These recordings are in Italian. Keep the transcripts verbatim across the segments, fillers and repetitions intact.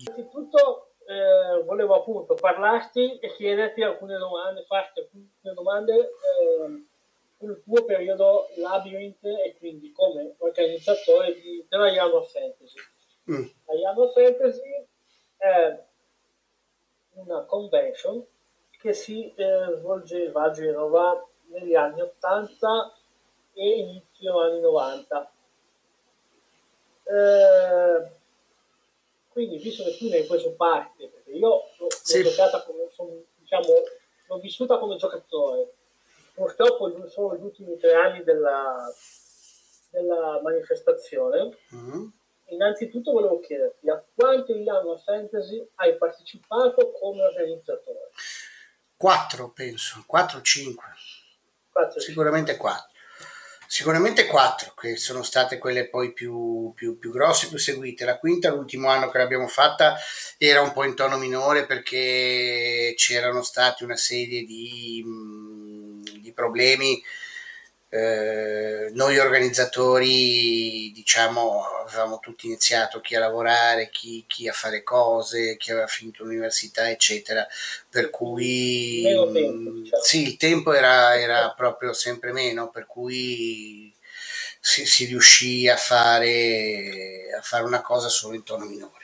Innanzitutto eh, volevo appunto parlarti e chiederti alcune domande, farti alcune domande eh, sul tuo periodo Labyrinth e quindi come organizzatore di, della Yano Fantasy. Mm. La Yano Fantasy è una convention che si eh, svolgeva a Genova negli anni ottanta e inizio anni novanta. Eh, quindi, visto che tu ne hai preso parte, perché io l'ho, Sì. l'ho giocata come, sono, diciamo, l'ho vissuta come giocatore, purtroppo sono gli ultimi tre anni della, della manifestazione. Mm. Innanzitutto volevo chiederti a quanti Young Fantasy hai partecipato come organizzatore? quattro penso, quattro o cinque, quattro, sicuramente quattro. Sicuramente quattro, che sono state quelle poi più, più, più grosse, più seguite. La quinta, l'ultimo anno che l'abbiamo fatta, era un po' in tono minore perché c'erano stati una serie di, di problemi. Eh, noi organizzatori, diciamo, avevamo tutti iniziato, chi a lavorare, chi, chi a fare cose, chi aveva finito l'università, eccetera. Per cui meno tempo, diciamo. Sì, il tempo era, era proprio sempre meno, per cui si, si riuscì a fare, a fare una cosa solo in tono minore.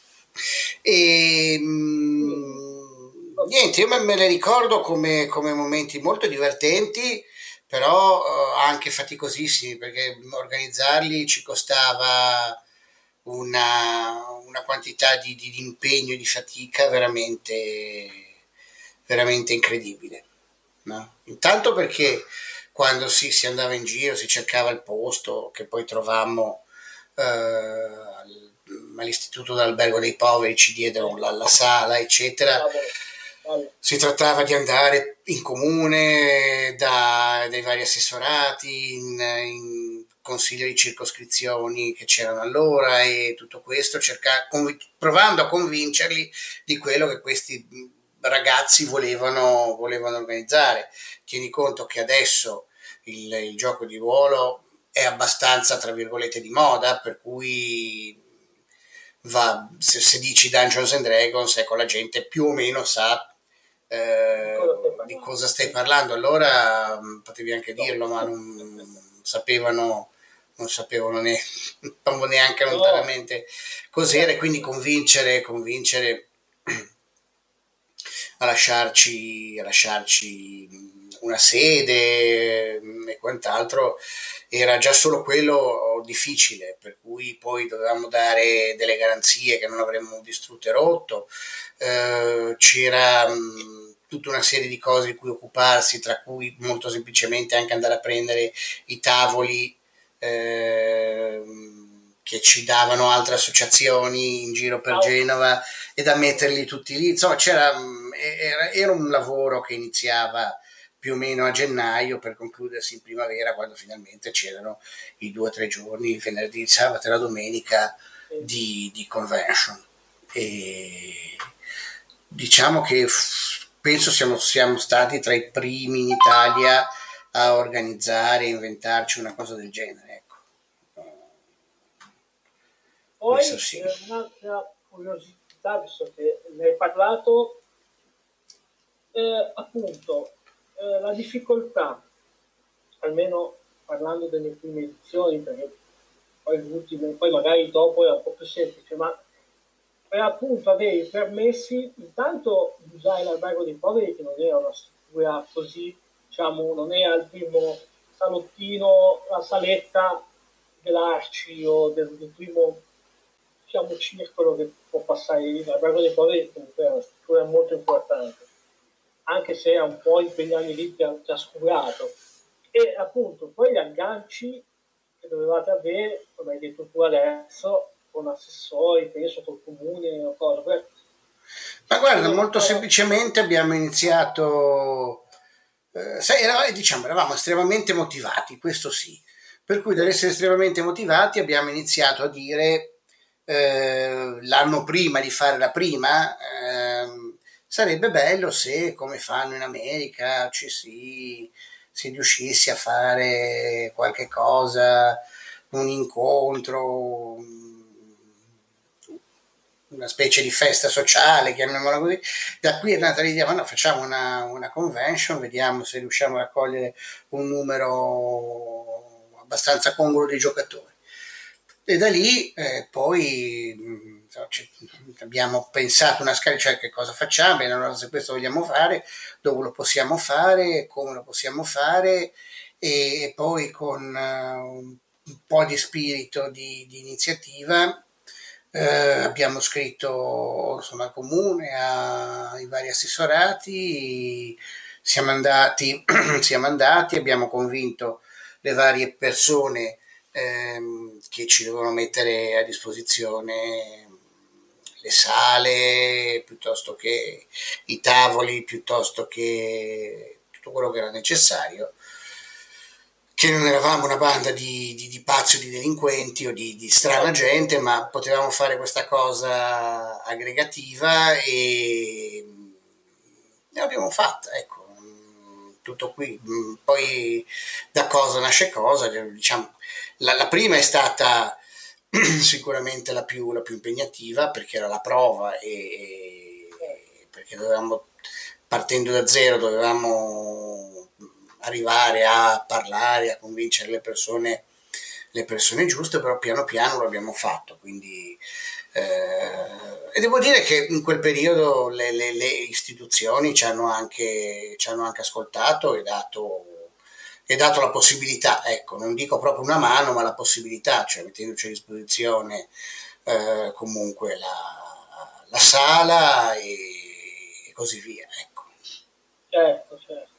E mh, niente, io me, me le ricordo come, come momenti molto divertenti, però eh, anche faticosissimi, perché organizzarli ci costava una, una quantità di, di, di impegno e di fatica veramente, veramente incredibile. No? Intanto perché quando si, si andava in giro, si cercava il posto, che poi trovammo eh, all'istituto d'albergo dei poveri, ci diedero la, la sala, eccetera. Si trattava di andare in comune, da, dai vari assessorati, in, in consiglio di circoscrizioni che c'erano allora, e tutto questo, cerca, conv- provando a convincerli di quello che questi ragazzi volevano, volevano organizzare. Tieni conto che adesso il, il gioco di ruolo è abbastanza, tra virgolette, di moda, per cui va, se, se dici Dungeons and Dragons, ecco, la gente più o meno sa eh, di cosa stai parlando. Allora mh, potevi anche dirlo, ma non sapevano, non sapevano ne, neanche lontanamente cos'era, e quindi convincere, convincere a lasciarci, a lasciarci una sede e quant'altro, era già solo quello difficile, per cui poi dovevamo dare delle garanzie che non avremmo distrutto e rotto. Eh, c'era mh, tutta una serie di cose di cui occuparsi, tra cui molto semplicemente anche andare a prendere i tavoli eh, che ci davano altre associazioni in giro per Genova, e da metterli tutti lì. Insomma, c'era, era, era un lavoro che iniziava più o meno a gennaio per concludersi in primavera, quando finalmente c'erano i due o tre giorni, il venerdì, il sabato e la domenica di, di convention. E diciamo che penso siamo, siamo stati tra i primi in Italia a organizzare e inventarci una cosa del genere, ecco. Poi sì. eh, un'altra curiosità, visto che ne hai parlato, eh, appunto eh, la difficoltà, almeno parlando delle prime edizioni, perché poi, l'ultimo, poi magari dopo era un po' più semplice, ma per appunto avere i permessi intanto di usare l'albergo dei poveri, che non era una struttura così, diciamo, non era il primo salottino, la saletta dell'Arci o del, del primo, diciamo, circolo che può passare lì. L'albergo dei poveri comunque è una struttura molto importante, anche se è un po' in quegli anni lì trascurato. E appunto poi gli agganci che dovevate avere, come hai detto tu adesso, con assessori, penso col comune o cosa. Ma guarda, molto semplicemente abbiamo iniziato, eh, sai, eravamo, diciamo, eravamo estremamente motivati, questo sì, per cui dall'essere estremamente motivati abbiamo iniziato a dire eh, l'anno prima di fare la prima, eh, sarebbe bello se, come fanno in America, ci si, si riuscisse a fare qualche cosa, un incontro, una specie di festa sociale, chiamiamola così. Da qui è nata l'idea, ma no, facciamo una, una convention, vediamo se riusciamo a raccogliere un numero abbastanza congruo di giocatori. E da lì eh, poi mh, cioè, abbiamo pensato una scala, cioè che cosa facciamo, e allora se questo vogliamo fare, dove lo possiamo fare, come lo possiamo fare, e, e poi con uh, un, un po' di spirito di, di iniziativa eh, abbiamo scritto insomma, al comune, ai vari assessorati, siamo andati, siamo andati, abbiamo convinto le varie persone ehm, che ci dovevano mettere a disposizione le sale, piuttosto che i tavoli, piuttosto che tutto quello che era necessario, che non eravamo una banda di, di, di pazzi o di delinquenti o di, di strana gente, ma potevamo fare questa cosa aggregativa e l'abbiamo fatta, ecco, tutto qui. Poi da cosa nasce cosa, diciamo, la, la prima è stata sicuramente la più, la più impegnativa perché era la prova e, e perché dovevamo, partendo da zero, dovevamo arrivare a parlare, a convincere le persone, le persone giuste, però piano piano lo abbiamo fatto, quindi eh, e devo dire che in quel periodo le, le, le istituzioni ci hanno, anche, ci hanno anche ascoltato e dato, e dato la possibilità, ecco, non dico proprio una mano, ma la possibilità, cioè mettendoci a disposizione eh, comunque la, la sala e, e così via, ecco. Certo, certo.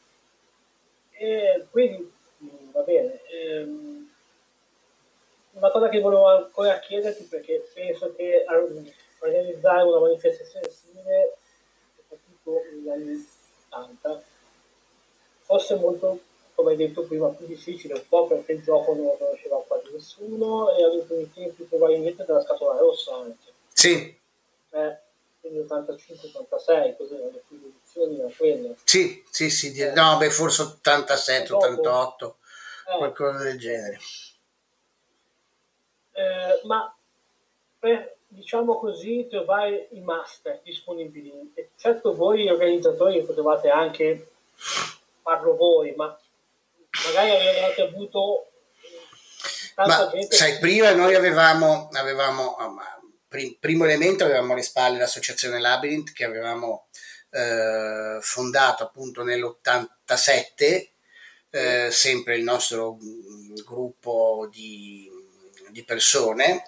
E quindi va bene. Ehm, una cosa che volevo ancora chiederti, perché penso che organizzare una manifestazione simile, soprattutto negli anni ottanta, fosse molto, come hai detto prima, più difficile, un po' perché il gioco non lo conosceva quasi nessuno e agli ultimi tempi probabilmente della scatola rossa anche. Sì. Eh, quindi ottantacinque ottantasei, così le più edizioni erano quelle. Sì, sì, sì, eh. no, beh, forse ottantasette, ottantotto, eh, qualcosa del genere. Eh, ma per, diciamo così, trovare i master disponibili, e certo voi organizzatori potevate anche farlo voi, ma magari avevate avuto tanta ma gente. sai, prima noi avevamo, avevamo prim, primo elemento, avevamo alle spalle l'associazione Labyrinth che avevamo eh, fondato appunto nell'ottantasette, eh, sempre il nostro gruppo di, di persone,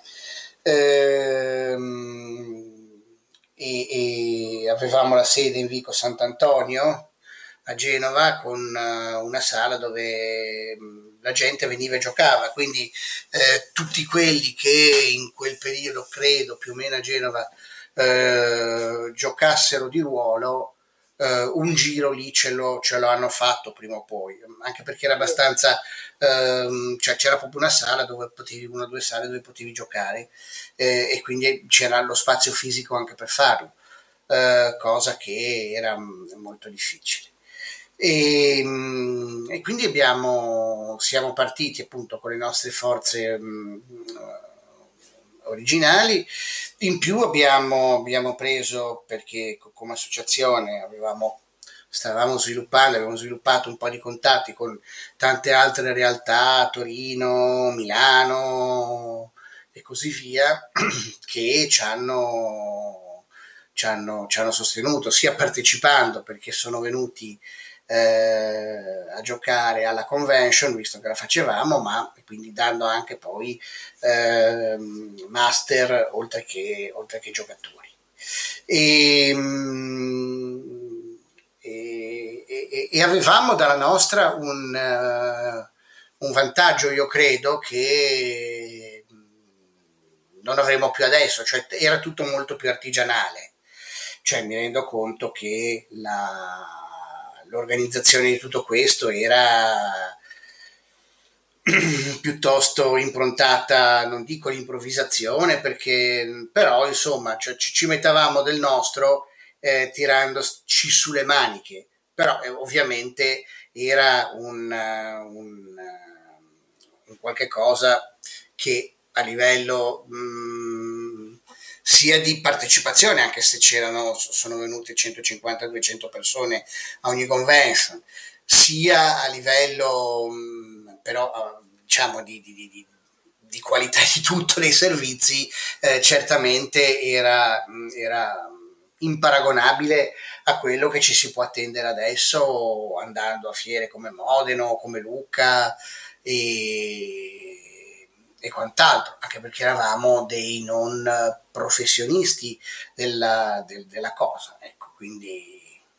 ehm, e, e avevamo la sede in Vico Sant'Antonio a Genova con una sala dove la gente veniva e giocava, quindi eh, tutti quelli che in quel periodo, credo più o meno a Genova, eh, giocassero di ruolo, eh, un giro lì ce lo, ce lo hanno fatto prima o poi, anche perché era abbastanza, ehm, cioè c'era proprio una sala dove potevi, una o due sale dove potevi giocare, eh, e quindi c'era lo spazio fisico anche per farlo, eh, cosa che era molto difficile. E, e quindi abbiamo, siamo partiti appunto con le nostre forze mh, originali. In più abbiamo, abbiamo preso, perché come associazione avevamo, stavamo sviluppando, avevamo sviluppato un po' di contatti con tante altre realtà, Torino, Milano e così via, che ci hanno, ci hanno, ci hanno sostenuto, sia partecipando perché sono venuti Eh, a giocare alla convention, visto che la facevamo, ma quindi dando anche poi eh, master oltre che, oltre che giocatori. E, e, e, e avevamo dalla nostra un, uh, un vantaggio, io credo, che non avremo più adesso, cioè era tutto molto più artigianale, cioè mi rendo conto che la l'organizzazione di tutto questo era piuttosto improntata, non dico all'improvvisazione, perché però insomma cioè, ci, ci mettavamo del nostro eh, tirandoci sulle maniche, però eh, ovviamente era un, un, un qualche cosa che a livello mh, sia di partecipazione, anche se c'erano, sono venute centocinquanta duecento persone a ogni convention, sia a livello mh, però diciamo di, di, di, di qualità di tutto dei servizi, eh, certamente era, era imparagonabile a quello che ci si può attendere adesso andando a fiere come Modena, come Lucca e, e quant'altro, anche perché eravamo dei non professionisti della, del, della cosa, ecco, quindi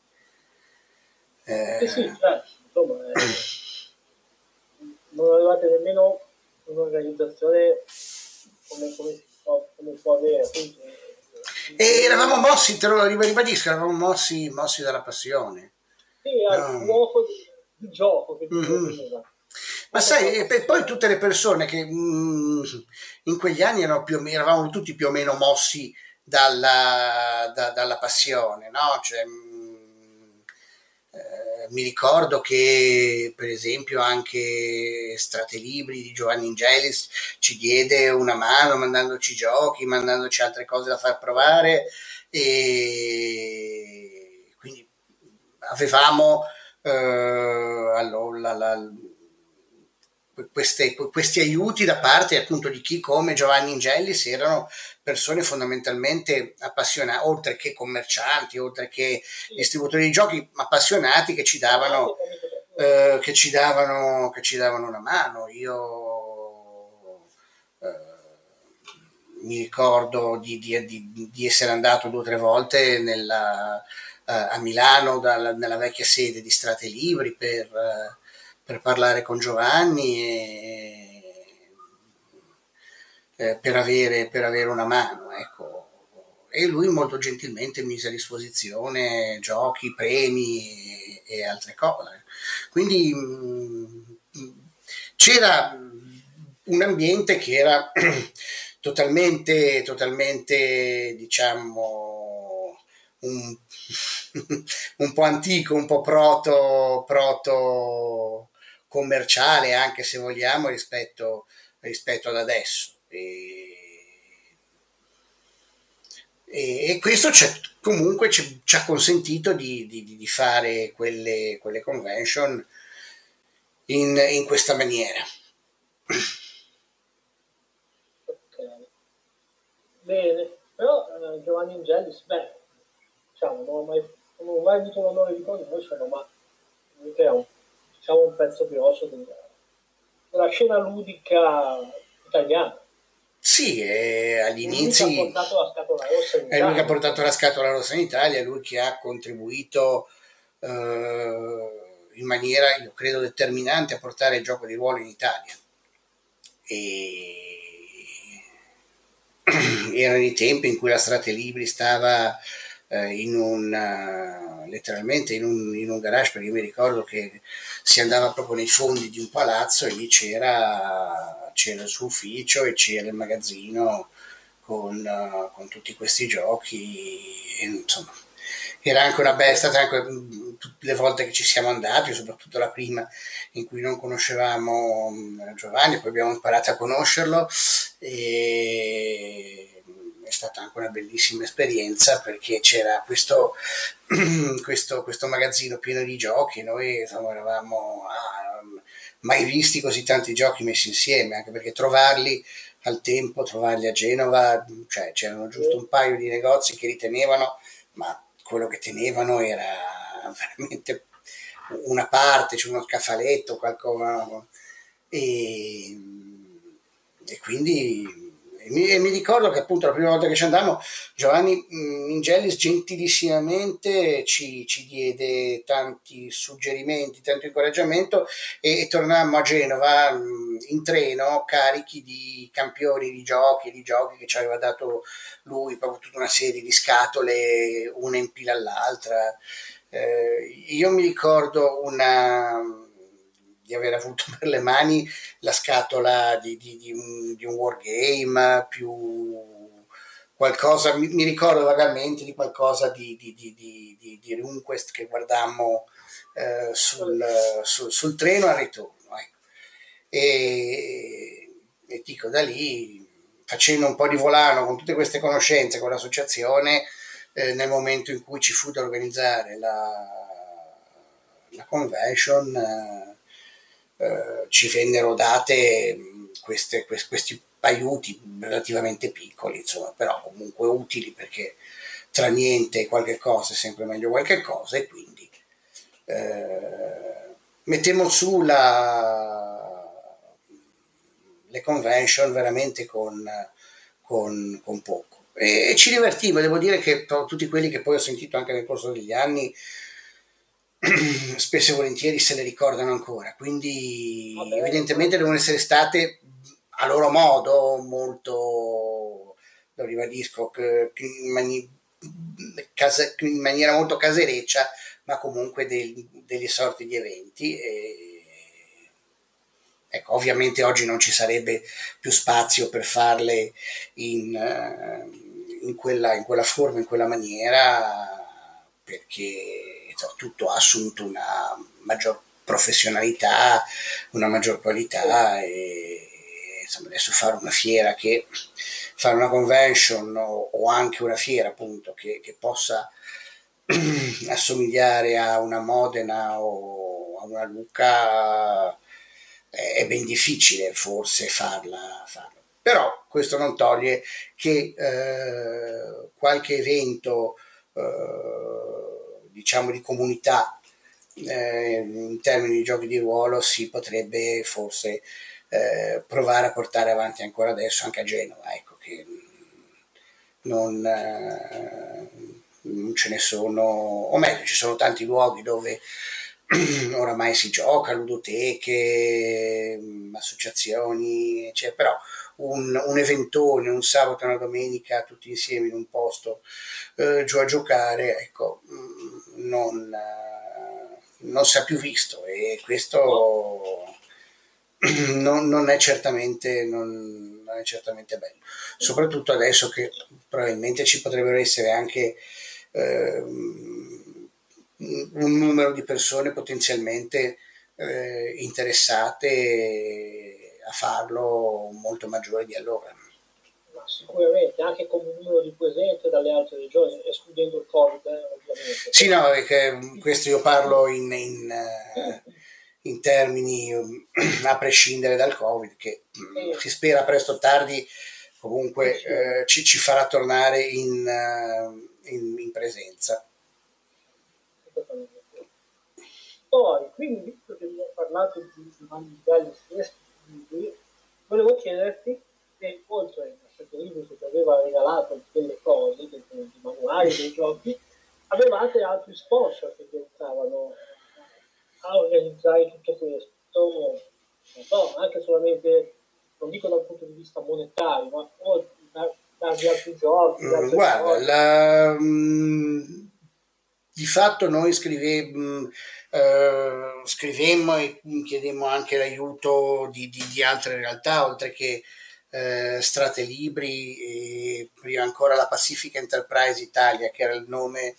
eh, sì, sì, certo, insomma, eh, non avevate nemmeno un'organizzazione come, come, si può, come può avere, quindi, e eravamo mossi, te lo ribadisco, eravamo mossi, mossi dalla passione. Sì, al No. fuoco di, di gioco che Mm-hmm. prima. Ma sai, e poi tutte le persone che mh, in quegli anni erano più o meno, eravamo tutti più o meno mossi dalla, da, dalla passione, no? Cioè, mh, eh, mi ricordo che per esempio anche Stratelibri di Giovanni Ingelis ci diede una mano mandandoci giochi, mandandoci altre cose da far provare e quindi avevamo eh, allora, la, la, queste, questi aiuti da parte appunto di chi come Giovanni Ingellis erano persone fondamentalmente appassionate, oltre che commercianti, oltre che distributori di giochi, appassionati che ci davano, eh, che ci davano, che ci davano una mano. Io eh, mi ricordo di, di, di, di essere andato due o tre volte nella, eh, a Milano dalla, nella vecchia sede di Stratelibri per, eh, per parlare con Giovanni e eh, per, avere, per avere una mano, ecco. E lui molto gentilmente mise a disposizione giochi, premi e, e altre cose. Quindi mh, c'era un ambiente che era totalmente, totalmente, diciamo, un, un po' antico, un po' proto, proto commerciale, anche se vogliamo, rispetto, rispetto ad adesso. E, e questo c'è, comunque ci, ci ha consentito di, di, di fare quelle, quelle convention in, in questa maniera. Okay. Bene, però eh, Giovanni Ingellis, beh, diciamo, non ho mai, non ho mai avuto l'onore di conoscerlo, ma è un, diciamo, un pezzo grosso della, della scena ludica italiana. Sì, eh, agli inizi lui che ha portato la scatola rossa in Italia. È lui che ha portato la scatola rossa in Italia, è lui che ha contribuito eh, in maniera, io credo, determinante a portare il gioco di ruolo in Italia. E erano i tempi in cui la Stratelibri stava eh, in un uh, letteralmente in un, in un garage, perché io mi ricordo che si andava proprio nei fondi di un palazzo e lì c'era, c'era il suo ufficio e c'era il magazzino con, uh, con tutti questi giochi e, insomma era anche una bella, è stata anche tutte le volte che ci siamo andati, soprattutto la prima in cui non conoscevamo Giovanni, poi abbiamo imparato a conoscerlo e è stata anche una bellissima esperienza perché c'era questo, questo, questo magazzino pieno di giochi, noi insomma eravamo ah, mai visti così tanti giochi messi insieme, anche perché trovarli al tempo, trovarli a Genova, cioè c'erano giusto un paio di negozi che li tenevano, ma quello che tenevano era veramente una parte, c'è uno scafaletto, qualcosa, e, e quindi e mi, e mi ricordo che appunto la prima volta che ci andammo Giovanni Ingellis gentilissimamente ci, ci diede tanti suggerimenti, tanto incoraggiamento e, e tornammo a Genova mh, in treno carichi di campioni di giochi, di giochi che ci aveva dato lui, proprio tutta una serie di scatole, una in fila all'altra. Eh, io mi ricordo una, di aver avuto per le mani la scatola di, di, di, un, di un wargame più qualcosa, mi, mi ricordo vagamente di qualcosa di, di, di, di, di, di RuneQuest che guardammo eh, sul, sul, sul treno al ritorno, ecco. e, e dico da lì facendo un po' di volano con tutte queste conoscenze con l'associazione, eh, nel momento in cui ci fu da organizzare la, la convention, eh, eh, ci vennero date queste, quest, questi aiuti relativamente piccoli, insomma, però comunque utili, perché tra niente e qualche cosa è sempre meglio qualche cosa, e quindi eh, mettemmo su la, le convention veramente con, con, con poco, e, e ci divertivo. Devo dire che tutti quelli che poi ho sentito anche nel corso degli anni spesso e volentieri se le ricordano ancora, quindi vabbè, evidentemente devono essere state a loro modo molto, lo ribadisco, che, che in, mani, casa, in maniera molto casereccia, ma comunque del, delle sorti di eventi. E, ecco, ovviamente oggi non ci sarebbe più spazio per farle in, in, quella, in quella forma, in quella maniera, perché insomma, tutto ha assunto una maggior professionalità, una maggior qualità, e insomma, adesso fare una fiera che fare una convention o, o anche una fiera appunto che, che possa assomigliare a una Modena o a una Lucca è ben difficile forse farla, farla. Però questo non toglie che eh, qualche evento eh, diciamo di comunità eh, in termini di giochi di ruolo si potrebbe forse eh, provare a portare avanti ancora adesso anche a Genova, ecco, che non, eh, non ce ne sono, o meglio ci sono tanti luoghi dove oramai si gioca, ludoteche, associazioni, eccetera, però un, un eventone, un sabato e una domenica tutti insieme in un posto eh, giù a giocare, ecco, non, eh, non si è più visto, e questo non, non è certamente non, non è certamente bello, soprattutto adesso che probabilmente ci potrebbero essere anche eh, un numero di persone potenzialmente eh, interessate a farlo molto maggiore di allora. Ma sicuramente, anche con un numero di presenze dalle altre regioni, escludendo il Covid, eh, ovviamente. Sì, no, perché questo io parlo in, in, in termini a prescindere dal Covid, che eh. si spera presto o tardi comunque eh, ci, ci farà tornare in, in, in presenza. Poi, quindi, visto che abbiamo parlato di Giovanni Galli stessi, volevo chiederti se oltre a questo libro che ti aveva regalato delle cose, dei, dei manuali, dei giochi, avevate altri sponsor che vi aiutavano a organizzare tutto questo, non so, anche solamente, non dico dal punto di vista monetario, ma o darvi altri giochi. Mm, guarda, la, mh, di fatto noi scrivemmo, eh, scrivemmo e chiedemmo anche l'aiuto di, di, di altre realtà, oltre che eh, Strate Libri, e prima ancora la Pacific Enterprise Italia, che era il nome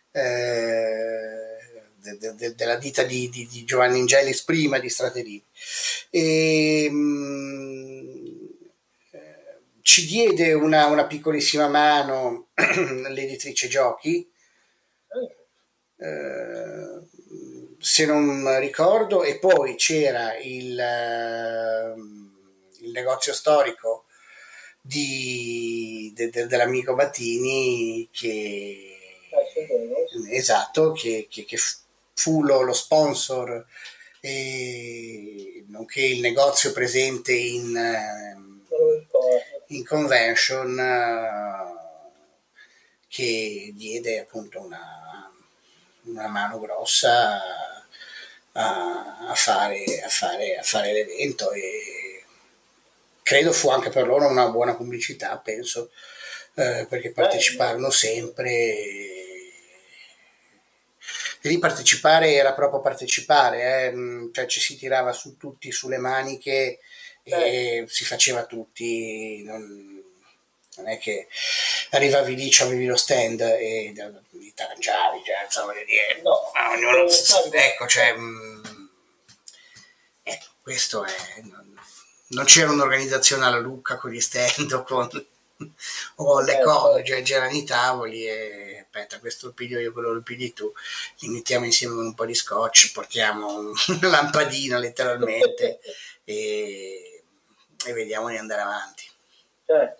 eh, de, de, de, della ditta di, di, di Giovanni Ingellis prima di Strate Libri. E, mh, ci diede una, una piccolissima mano l'editrice Giochi, eh, se non ricordo, e poi c'era il, eh, il negozio storico di, de, de, dell'amico Battini che esatto, che, che, che fu lo, lo sponsor e nonché il negozio presente in in convention, che diede appunto una, una mano grossa a, a, fare, a, fare, a fare l'evento, e credo fu anche per loro una buona pubblicità, penso, eh, perché parteciparono sempre, e, e lì partecipare era proprio partecipare, eh, cioè ci si tirava su tutti sulle maniche e si faceva tutti, non, non è che arrivavi lì, avevi lo stand e ti arrangiavi, cioè, insomma, dire, no, ognuno, ecco, cioè, mh, ecco, questo è, non, non c'era un'organizzazione alla Lucca con gli stand o con, o con le cose, cioè c'erano i tavoli e aspetta, questo lo piglio io, quello lo pigli tu, li mettiamo insieme con un po' di scotch, portiamo una lampadina letteralmente e, e vediamo di andare avanti. Certo.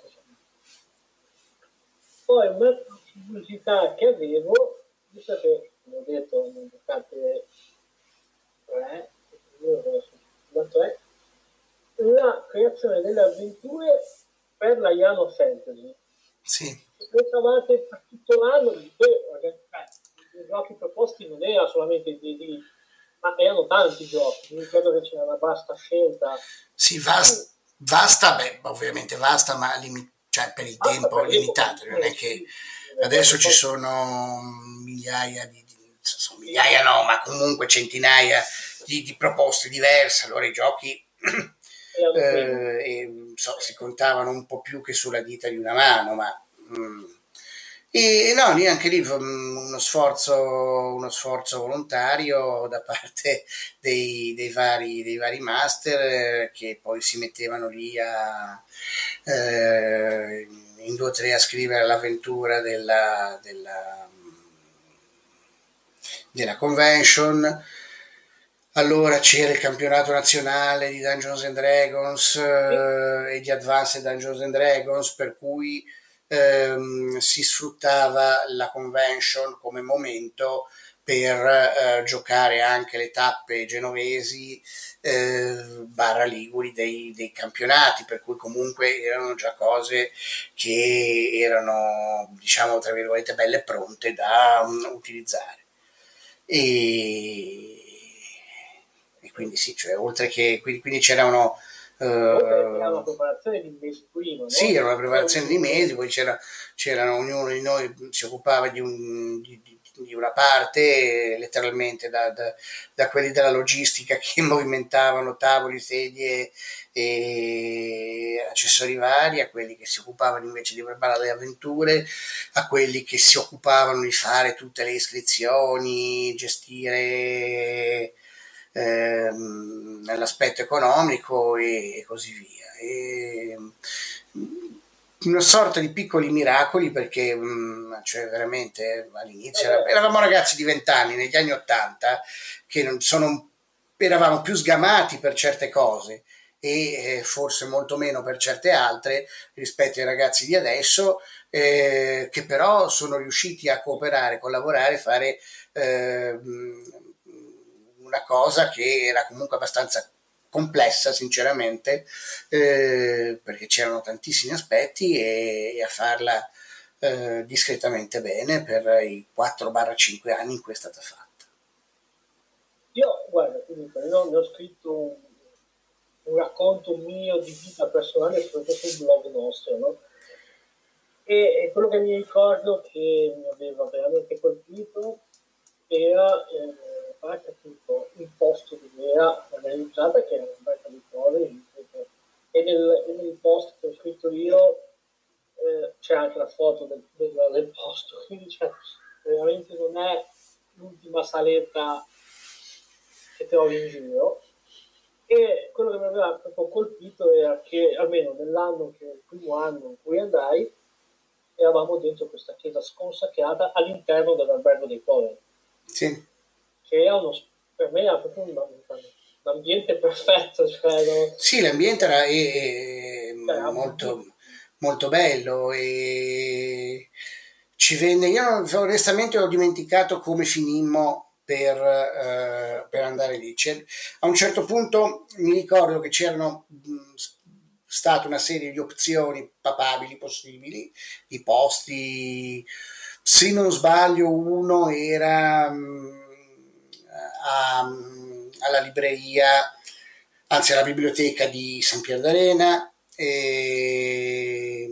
Poi un'altra curiosità che avevo, visto che, come ho detto, ne giocate tre, tre, la creazione delle avventure per la Iano Fantasy. Sì. Pensavate per tutto l'anno, di eh, i giochi proposti non erano solamente di, di ma erano tanti giochi, mi ricordo che c'era una vasta scelta. Sì, vasta, vasta beh, ovviamente vasta, ma lim- cioè per il Basta tempo per limitato, non è che adesso ci sono migliaia di, insomma, migliaia no, ma comunque centinaia di, di proposte diverse, allora i giochi eh, e, so, si contavano un po' più che sulla dita di una mano, ma mm, e no, neanche lì uno sforzo, uno sforzo volontario da parte dei, dei, vari, dei vari master eh, che poi si mettevano lì a, eh, in due o tre a scrivere l'avventura della, della, della convention. Allora c'era il campionato nazionale di Dungeons and Dragons eh, e di Advanced Dungeons and Dragons, per cui ehm, si sfruttava la convention come momento per eh, giocare anche le tappe genovesi eh, barra liguri dei, dei campionati, per cui comunque erano già cose che erano, diciamo, tra virgolette, belle pronte da um, utilizzare. E, e quindi sì, cioè oltre che quindi, quindi c'erano uh, era una preparazione di mesi prima, no? Sì, era una preparazione di mesi, poi c'era, c'era ognuno di noi si occupava di, un, di, di una parte, letteralmente da, da, da quelli della logistica che movimentavano tavoli, sedie e accessori vari, a quelli che si occupavano invece di preparare le avventure, a quelli che si occupavano di fare tutte le iscrizioni, gestire ehm, l'aspetto economico e, e così via. E, una sorta di piccoli miracoli perché mh, cioè veramente all'inizio era, eravamo ragazzi di vent'anni negli anni ottanta che non sono, eravamo più sgamati per certe cose e eh, forse molto meno per certe altre rispetto ai ragazzi di adesso eh, che però sono riusciti a cooperare, collaborare, fare eh, una cosa che era comunque abbastanza complessa sinceramente eh, perché c'erano tantissimi aspetti e, e a farla eh, discretamente bene per i quattro cinque anni in cui è stata fatta. Io guarda, comunque ne ho, ne ho scritto un, un racconto mio di vita personale soprattutto sul blog nostro, no? E, e quello che mi ricordo che mi aveva veramente colpito era eh, parte appunto il posto dove era organizzata, che era Umberto di Cuore, e nel, e nel post che ho scritto io eh, c'è anche la foto del, del, del posto, quindi cioè, veramente non è l'ultima saletta che trovi in giro. E quello che mi aveva proprio colpito era che almeno nell'anno che il primo anno in cui andai eravamo dentro questa chiesa sconsacrata all'interno dell'albergo dei poveri. Sì. Che era uno, per me era proprio un, un ambiente perfetto. Cioè, no? Sì, l'ambiente era, è, è molto, molto bello e ci venne, io onestamente ho dimenticato come finimmo per, uh, per andare lì. C'è, a un certo punto mi ricordo che c'erano mh, state una serie di opzioni papabili possibili, di posti, se non sbaglio uno era mh, a, alla libreria, anzi alla biblioteca di San Pier d'Arena, e,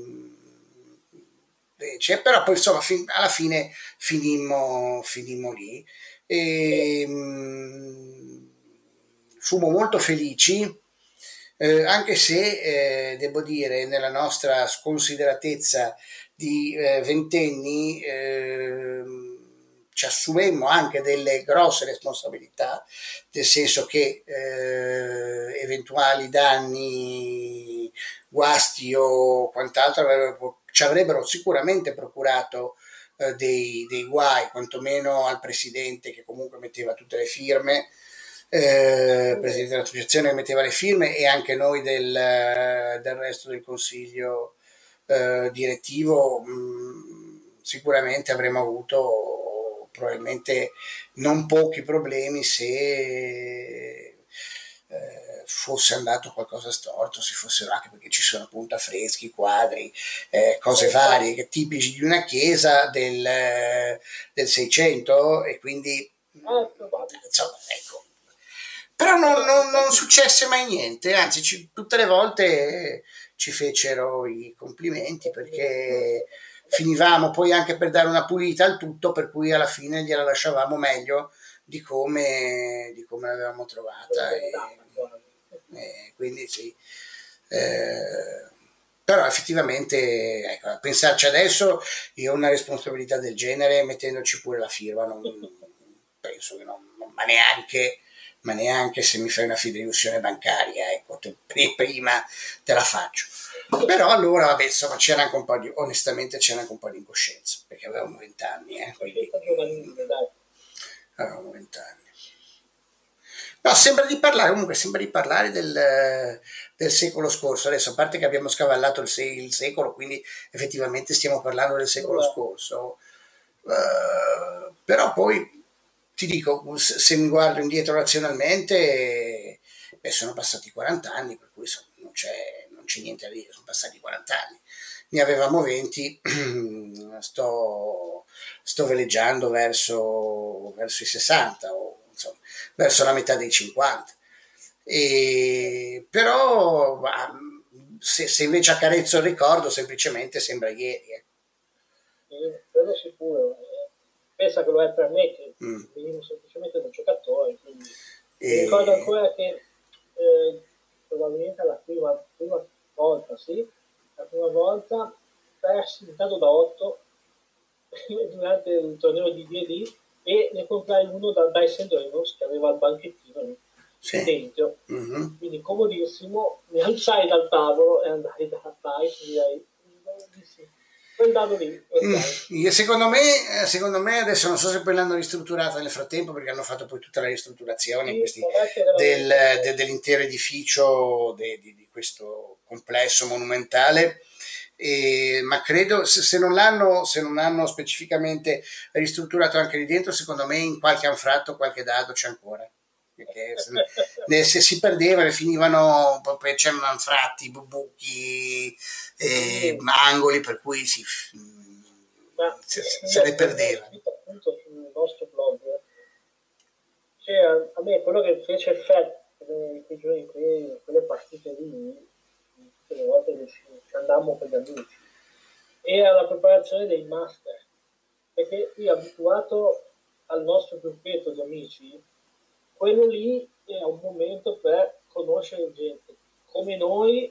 cioè, però poi insomma fin, alla fine finimmo, finimmo lì e mh, fummo molto felici eh, anche se eh, devo dire nella nostra sconsideratezza di eh, ventenni eh, ci assumemmo anche delle grosse responsabilità, nel senso che eh, eventuali danni, guasti o quant'altro avrebbero, ci avrebbero sicuramente procurato eh, dei, dei guai, quantomeno al presidente che comunque metteva tutte le firme, eh, presidente dell'associazione che metteva le firme, e anche noi del, del resto del consiglio eh, direttivo. Mh, sicuramente avremmo avuto probabilmente non pochi problemi se eh, fosse andato qualcosa storto, se fossero, anche perché ci sono appunto affreschi, quadri, eh, cose varie tipici di una chiesa del, del seicento, e quindi insomma, ecco. Però non, non, non successe mai niente, anzi ci, tutte le volte ci fecero i complimenti, perché finivamo poi anche per dare una pulita al tutto, per cui alla fine gliela lasciavamo meglio di come, di come l'avevamo trovata, e, e quindi sì. Eh, però effettivamente, ecco, a pensarci adesso, io ho una responsabilità del genere, mettendoci pure la firma, non, penso che non, non ma neanche ma neanche se mi fai una fideiussione bancaria, ecco, te, prima te la faccio. Però allora, vabbè, insomma, c'era anche un po' di, onestamente c'era anche un po' di incoscienza, perché avevamo vent'anni, eh, quindi avevamo vent'anni. No, sembra di parlare, comunque sembra di parlare del, del secolo scorso. Adesso, a parte che abbiamo scavallato il, il secolo, quindi effettivamente stiamo parlando del secolo scorso. Uh, però poi ti dico, se mi guardo indietro razionalmente, beh, sono passati quaranta anni, per cui non c'è, non c'è niente da dire, sono passati quaranta anni. Ne avevamo venti, sto, sto veleggiando verso, verso i sessanta, o insomma, verso la metà dei cinquanta. E, però se, se invece accarezzo il ricordo, semplicemente sembra ieri. Eh. Sì, quello sicuro. Pensa che lo è per me, che mm. venivo semplicemente da giocatore, quindi e... mi ricordo ancora che eh, probabilmente la prima, prima volta, sì, la prima volta persi intanto da otto durante il torneo di D and D, e ne comprai uno da Dyson Reynolds che aveva il banchettino lì, sì, dentro, mm-hmm. Quindi comodissimo, mi alzai dal tavolo e andai da Dice e direi sì. Mm, secondo me, secondo me adesso non so se poi l'hanno ristrutturata nel frattempo, perché hanno fatto poi tutta la ristrutturazione sì, questi, del, de, dell'intero edificio de, di, di questo complesso monumentale, e, ma credo se, se, non l'hanno, se non hanno specificamente ristrutturato anche lì dentro, secondo me in qualche anfratto qualche dado c'è ancora, perché se, se si perdevano e finivano, poi c'erano anfratti, buchi, eh, angoli, per cui si, ma se, se ne perdeva. Appunto sul nostro blog, cioè, a me quello che fece effetto quei giorni, quelle partite lì, tutte le volte che ci andammo con gli amici, era la preparazione dei master, perché io abituato al nostro gruppetto di amici, quello lì era un momento per conoscere gente come noi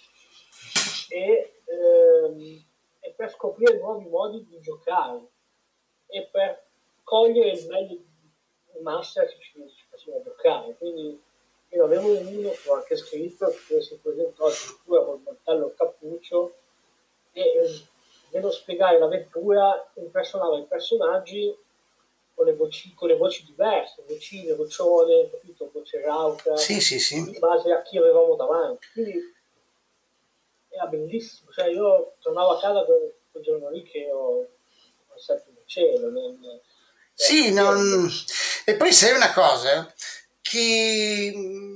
e, ehm, e per scoprire nuovi modi di giocare e per cogliere il meglio di master che ci, ci faceva giocare. Quindi io avevo uno che ho anche scritto, che si presentò addirittura col mantello cappuccio e eh, nello spiegare l'avventura impersonava i personaggi con le voci, con le voci diverse, vocine, vocione, capito, voce rauca, sì, sì, sì. In base a chi avevamo davanti. Quindi era bellissimo, cioè io tornavo a casa quel, quel giorno lì che ho al settimo cielo. Nel, sì, non... e poi sai una cosa, che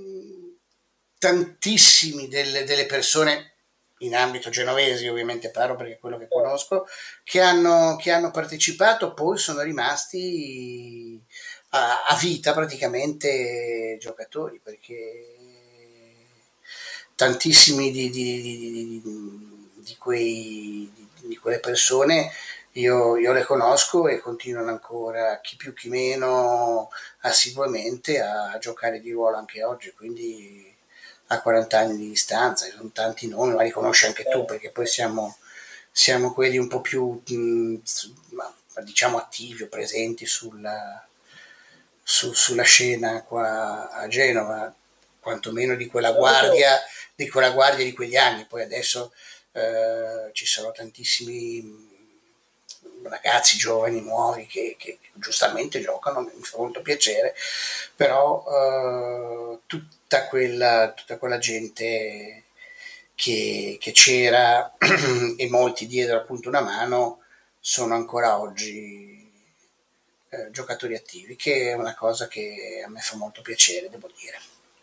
tantissimi delle, delle persone in ambito genovesi, ovviamente parlo perché è quello che conosco, che hanno, che hanno partecipato, poi sono rimasti a, a vita praticamente giocatori, perché tantissimi di, di, di, di, di, quei, di, di quelle persone io, io le conosco e continuano ancora, chi più chi meno, assiduamente a giocare di ruolo anche oggi, quindi a quaranta anni di distanza, sono tanti nomi, ma li conosci anche tu, perché poi siamo, siamo quelli un po' più, mh, diciamo attivi o presenti sulla, su, sulla scena qua a Genova, quantomeno di quella guardia, di quella guardia di quegli anni. Poi adesso eh, ci sono tantissimi ragazzi giovani, nuovi, che, che giustamente giocano, mi fa molto piacere, però eh, tutta, quella, tutta quella gente che, che c'era e molti diedero appunto una mano sono ancora oggi eh, giocatori attivi, che è una cosa che a me fa molto piacere, devo dire.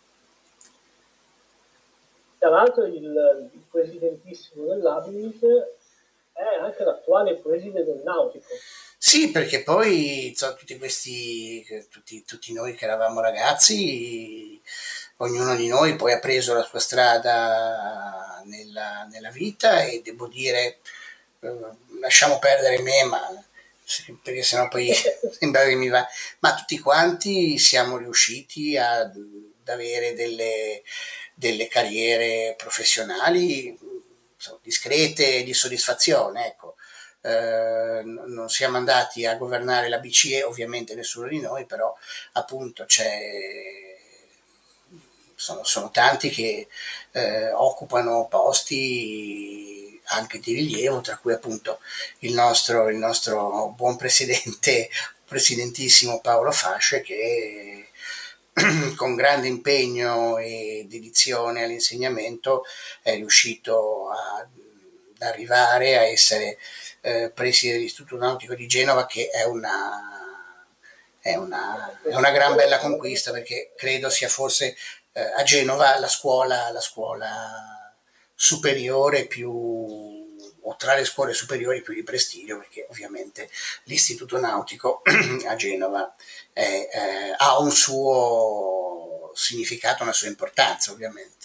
Tra l'altro il, il presidentissimo dell'Abilit è anche l'attuale preside del Nautico. Sì, perché poi so, tutti questi, tutti, tutti noi che eravamo ragazzi, ognuno di noi poi ha preso la sua strada nella, nella vita, e devo dire, eh, lasciamo perdere me, ma perché sennò poi sembra che mi va, ma tutti quanti siamo riusciti ad, ad avere delle, delle carriere professionali insomma, discrete, di soddisfazione, ecco. Eh, non siamo andati a governare la B C E, ovviamente nessuno di noi, però appunto c'è, sono, sono tanti che eh, occupano posti anche di rilievo, tra cui appunto il nostro, il nostro buon presidente, presidentissimo Paolo Fasce, che con grande impegno e dedizione all'insegnamento è riuscito a, ad arrivare a essere eh, preside dell'Istituto Nautico di Genova, che è una, è una, è una gran bella conquista, perché credo sia forse eh, a Genova la scuola, la scuola superiore più, o tra le scuole superiori più di prestigio, perché ovviamente l'Istituto Nautico a Genova è, eh, ha un suo significato, una sua importanza, ovviamente.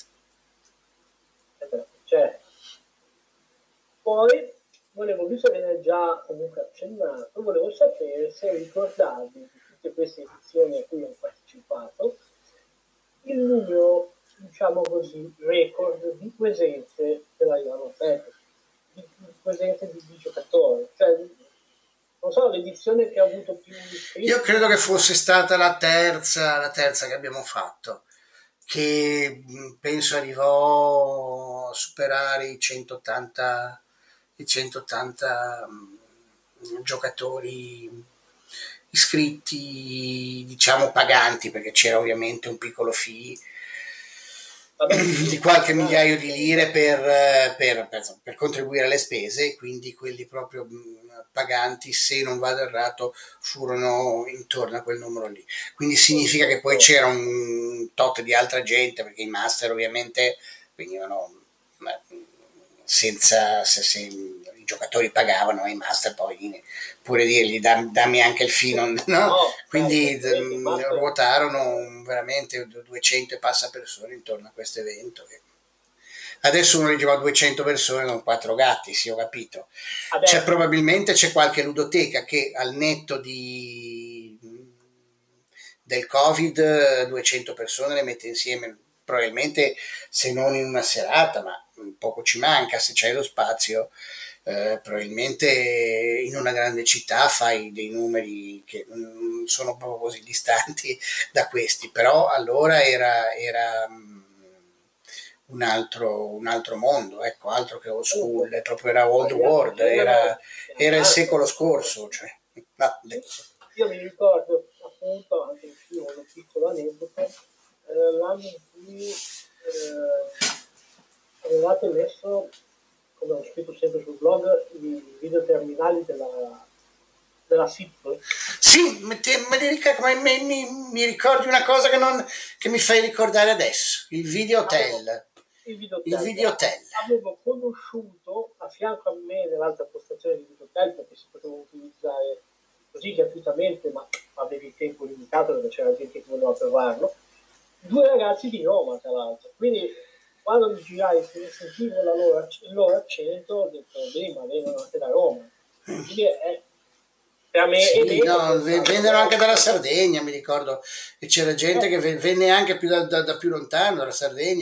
Certo. Poi volevo, visto che ne hai già comunque accennato, volevo sapere se ricordavi di tutte queste edizioni a cui ho partecipato il numero, diciamo così, record di presenze della Ivano Fede, di, di presenze di, di giocatori, cioè non so, l'edizione che ha avuto più iscritti. Io credo che fosse stata la terza, la terza che abbiamo fatto, che penso arrivò a superare i centottanta, i centottanta giocatori iscritti, diciamo paganti, perché c'era ovviamente un piccolo fee di qualche migliaio di lire per, per, per, per contribuire alle spese, quindi quelli proprio paganti, se non vado errato, furono intorno a quel numero lì. Quindi significa che poi c'era un tot di altra gente, perché i master ovviamente venivano senza, se, se i giocatori pagavano, i master poi pure dirgli dammi anche il fee, no? No, quindi d- ruotarono veramente duecento e passa persone intorno a questo evento. Adesso uno diceva duecento persone con quattro gatti, sì, ho capito. C'è, probabilmente c'è qualche ludoteca che al netto di, del Covid duecento persone le mette insieme, probabilmente, se non in una serata, ma poco ci manca, se c'è lo spazio. Eh, probabilmente in una grande città fai dei numeri che non sono proprio così distanti da questi, però allora era, era un, altro, un altro mondo, ecco, altro che old school, proprio era old world, era, era il secolo scorso. Cioè, no, io mi ricordo appunto, anche io un piccolo aneddoto, eh, l'anno in cui eh, avevate messo, come ho scritto sempre sul blog, i video terminali della, della S I P. Sì, mi, mi, mi, mi ricordi una cosa che, non, che mi fai ricordare adesso, il video hotel. Il video hotel. Il video hotel. Avevo conosciuto a fianco a me nell'altra postazione di video hotel, perché si poteva utilizzare così gratuitamente, ma avevi il tempo limitato perché c'era gente che voleva provarlo, due ragazzi di Roma tra l'altro, quindi quando mi girai e sentivo la loro, il loro accento ho detto beh, ma vengono anche da Roma, quindi è per me sì, è no, vennero anche dalla Sardegna, mi ricordo, e c'era gente eh. che venne anche più da, da, da più lontano, dalla Sardegna,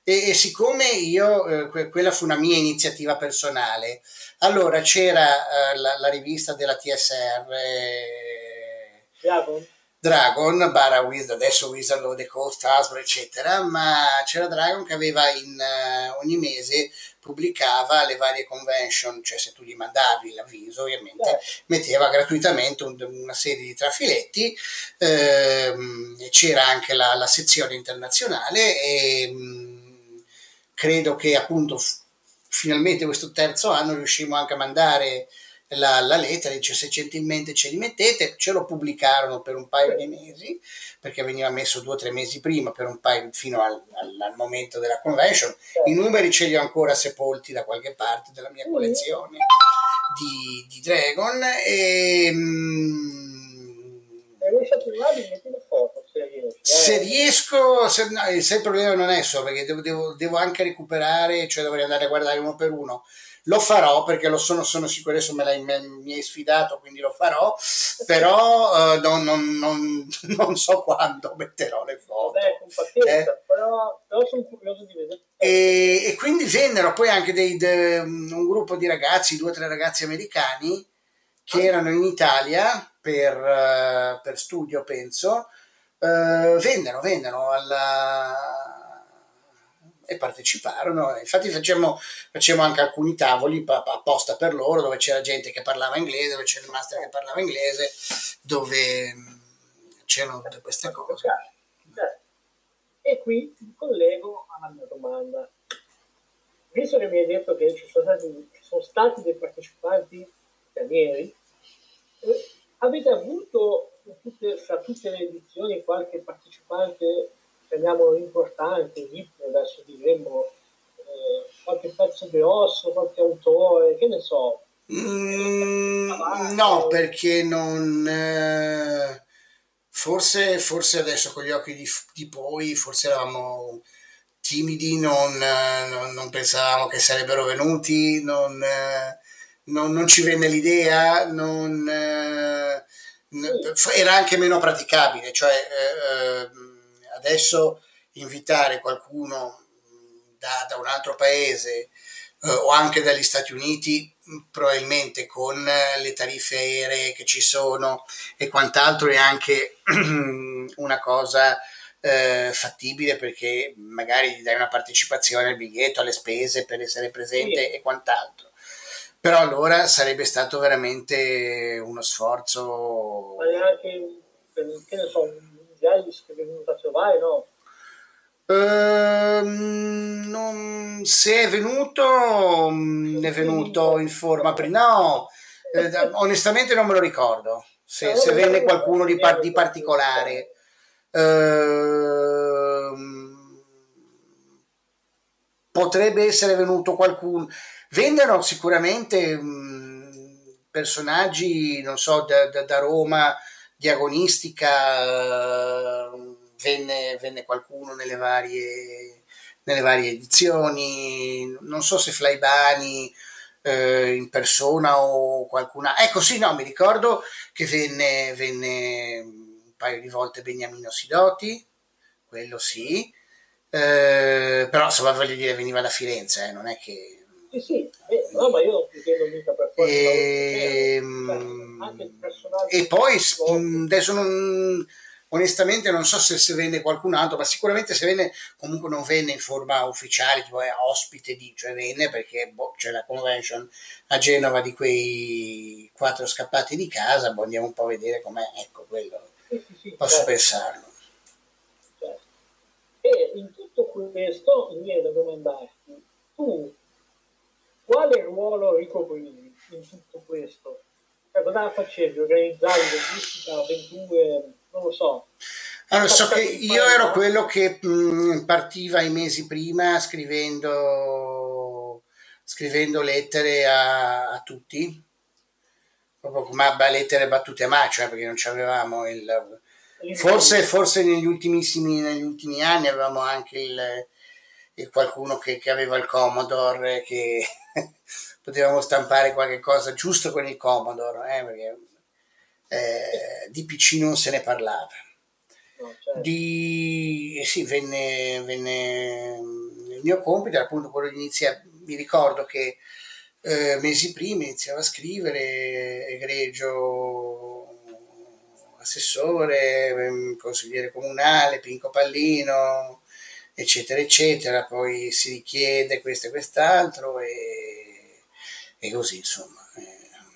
E, e siccome io, eh, que- quella fu una mia iniziativa personale, allora c'era eh, la, la rivista della T S R, eh, Dragon? Dragon, bara Wizard, adesso Wizard of the Coast, Hasbro, eccetera, ma c'era Dragon che aveva in, eh, ogni mese pubblicava le varie convention, cioè se tu gli mandavi l'avviso ovviamente Certo. metteva gratuitamente un- una serie di trafiletti, ehm, e c'era anche la, la sezione internazionale e mh, credo che appunto f- finalmente questo terzo anno riuscimmo anche a mandare la, la lettera, dice se gentilmente ce li mettete, ce lo pubblicarono per un paio di mesi, perché veniva messo due o tre mesi prima, per un paio, fino al, al, al momento della convention. I Certo. numeri ce li ho ancora sepolti da qualche parte della mia Mm. collezione di, di Dragon e... mm, E riesci a trovarli, metti le foto, se riesci. se Eh. riesco, se, no, se il problema non è solo perché devo, devo, devo anche recuperare, cioè dovrei andare a guardare uno per uno. Lo farò perché lo sono, sono sicuro, adesso me l'hai, me, mi hai sfidato, quindi lo farò, però eh, non, non, non, non so quando metterò le foto. Vabbè, con Eh? pazienza, però, però sono curioso di vedere. E, e quindi vennero poi anche dei, de, un gruppo di ragazzi, due o tre ragazzi americani, che erano in Italia per, uh, per studio, penso, uh, vennero, vennero alla... e parteciparono. Infatti facciamo, facciamo anche alcuni tavoli apposta per loro, dove c'era gente che parlava inglese, dove c'era il master che parlava inglese, dove c'erano tutte queste cose. E qui mi collego alla mia domanda. Visto che mi hai detto che ci sono stati, ci sono stati dei partecipanti stranieri, eh, avete avuto tutte, fra tutte le edizioni qualche partecipante, chiamiamolo importante, hip, adesso diremmo, eh, qualche pezzo grosso, qualche autore, che ne so? Mm, no, perché non... Eh, forse, forse adesso con gli occhi di, di poi, forse eravamo timidi, non, eh, non, non pensavamo che sarebbero venuti, non, eh, non, non ci venne l'idea, non, eh, era anche meno praticabile, cioè eh, adesso invitare qualcuno da, da un altro paese eh, o anche dagli Stati Uniti, probabilmente con le tariffe aeree che ci sono e quant'altro è anche una cosa eh, fattibile, perché magari gli dai una partecipazione al biglietto, alle spese per essere presente sì. E quant'altro. Però allora sarebbe stato veramente uno sforzo. Ma neanche, che ne so, un Giallis che è venuto a trovare, no? Uh, non, se è venuto, è venuto in forma prima. No, eh, onestamente non me lo ricordo. Se, se venne qualcuno di, par- di particolare. Uh, potrebbe essere venuto qualcuno. Vennero sicuramente mh, personaggi, non so, da, da, da Roma, di agonistica. Uh, venne, venne qualcuno nelle varie, nelle varie edizioni. Non so se Flaibani eh, in persona o qualcuna. Ecco, sì, no, mi ricordo che venne, venne un paio di volte Beniamino Sidoti, quello sì. Eh, però insomma voglio dire veniva da Firenze, eh, non è che sì sì, eh, no, ma io non ti chiedo mica per forza e, anche il personaggio e poi adesso non, onestamente non so se, se venne qualcun altro, ma sicuramente se venne comunque non venne in forma ufficiale, tipo eh, ospite di, cioè venne perché boh, c'è la convention a Genova di quei quattro scappati di casa, boh, andiamo un po' a vedere com'è, ecco quello sì, sì, sì, posso certo. pensarlo. Certo. E in tutto questo mi viene da domandarti, tu quale ruolo ricoprivi in tutto questo? Cioè, cosa facevi? Organizzavi logistica, avventure, non lo so. Allora, so che io ero quello che mh, partiva i mesi prima scrivendo, scrivendo lettere a, a tutti, proprio come lettere battute a macchia, perché non c'avevamo il... Forse, forse negli ultimissimi, negli ultimi anni avevamo anche il, il qualcuno che, che aveva il Commodore, che potevamo stampare qualche cosa giusto con il Commodore, eh, perché eh, di P C non se ne parlava. No, certo. Di eh sì, venne, venne il mio compito era appunto quello di iniziare. Mi ricordo che eh, mesi prima iniziavo a scrivere egregio assessore, ehm, consigliere comunale, Pinco Pallino, eccetera, eccetera, poi si richiede questo e quest'altro e, e così, insomma. Eh,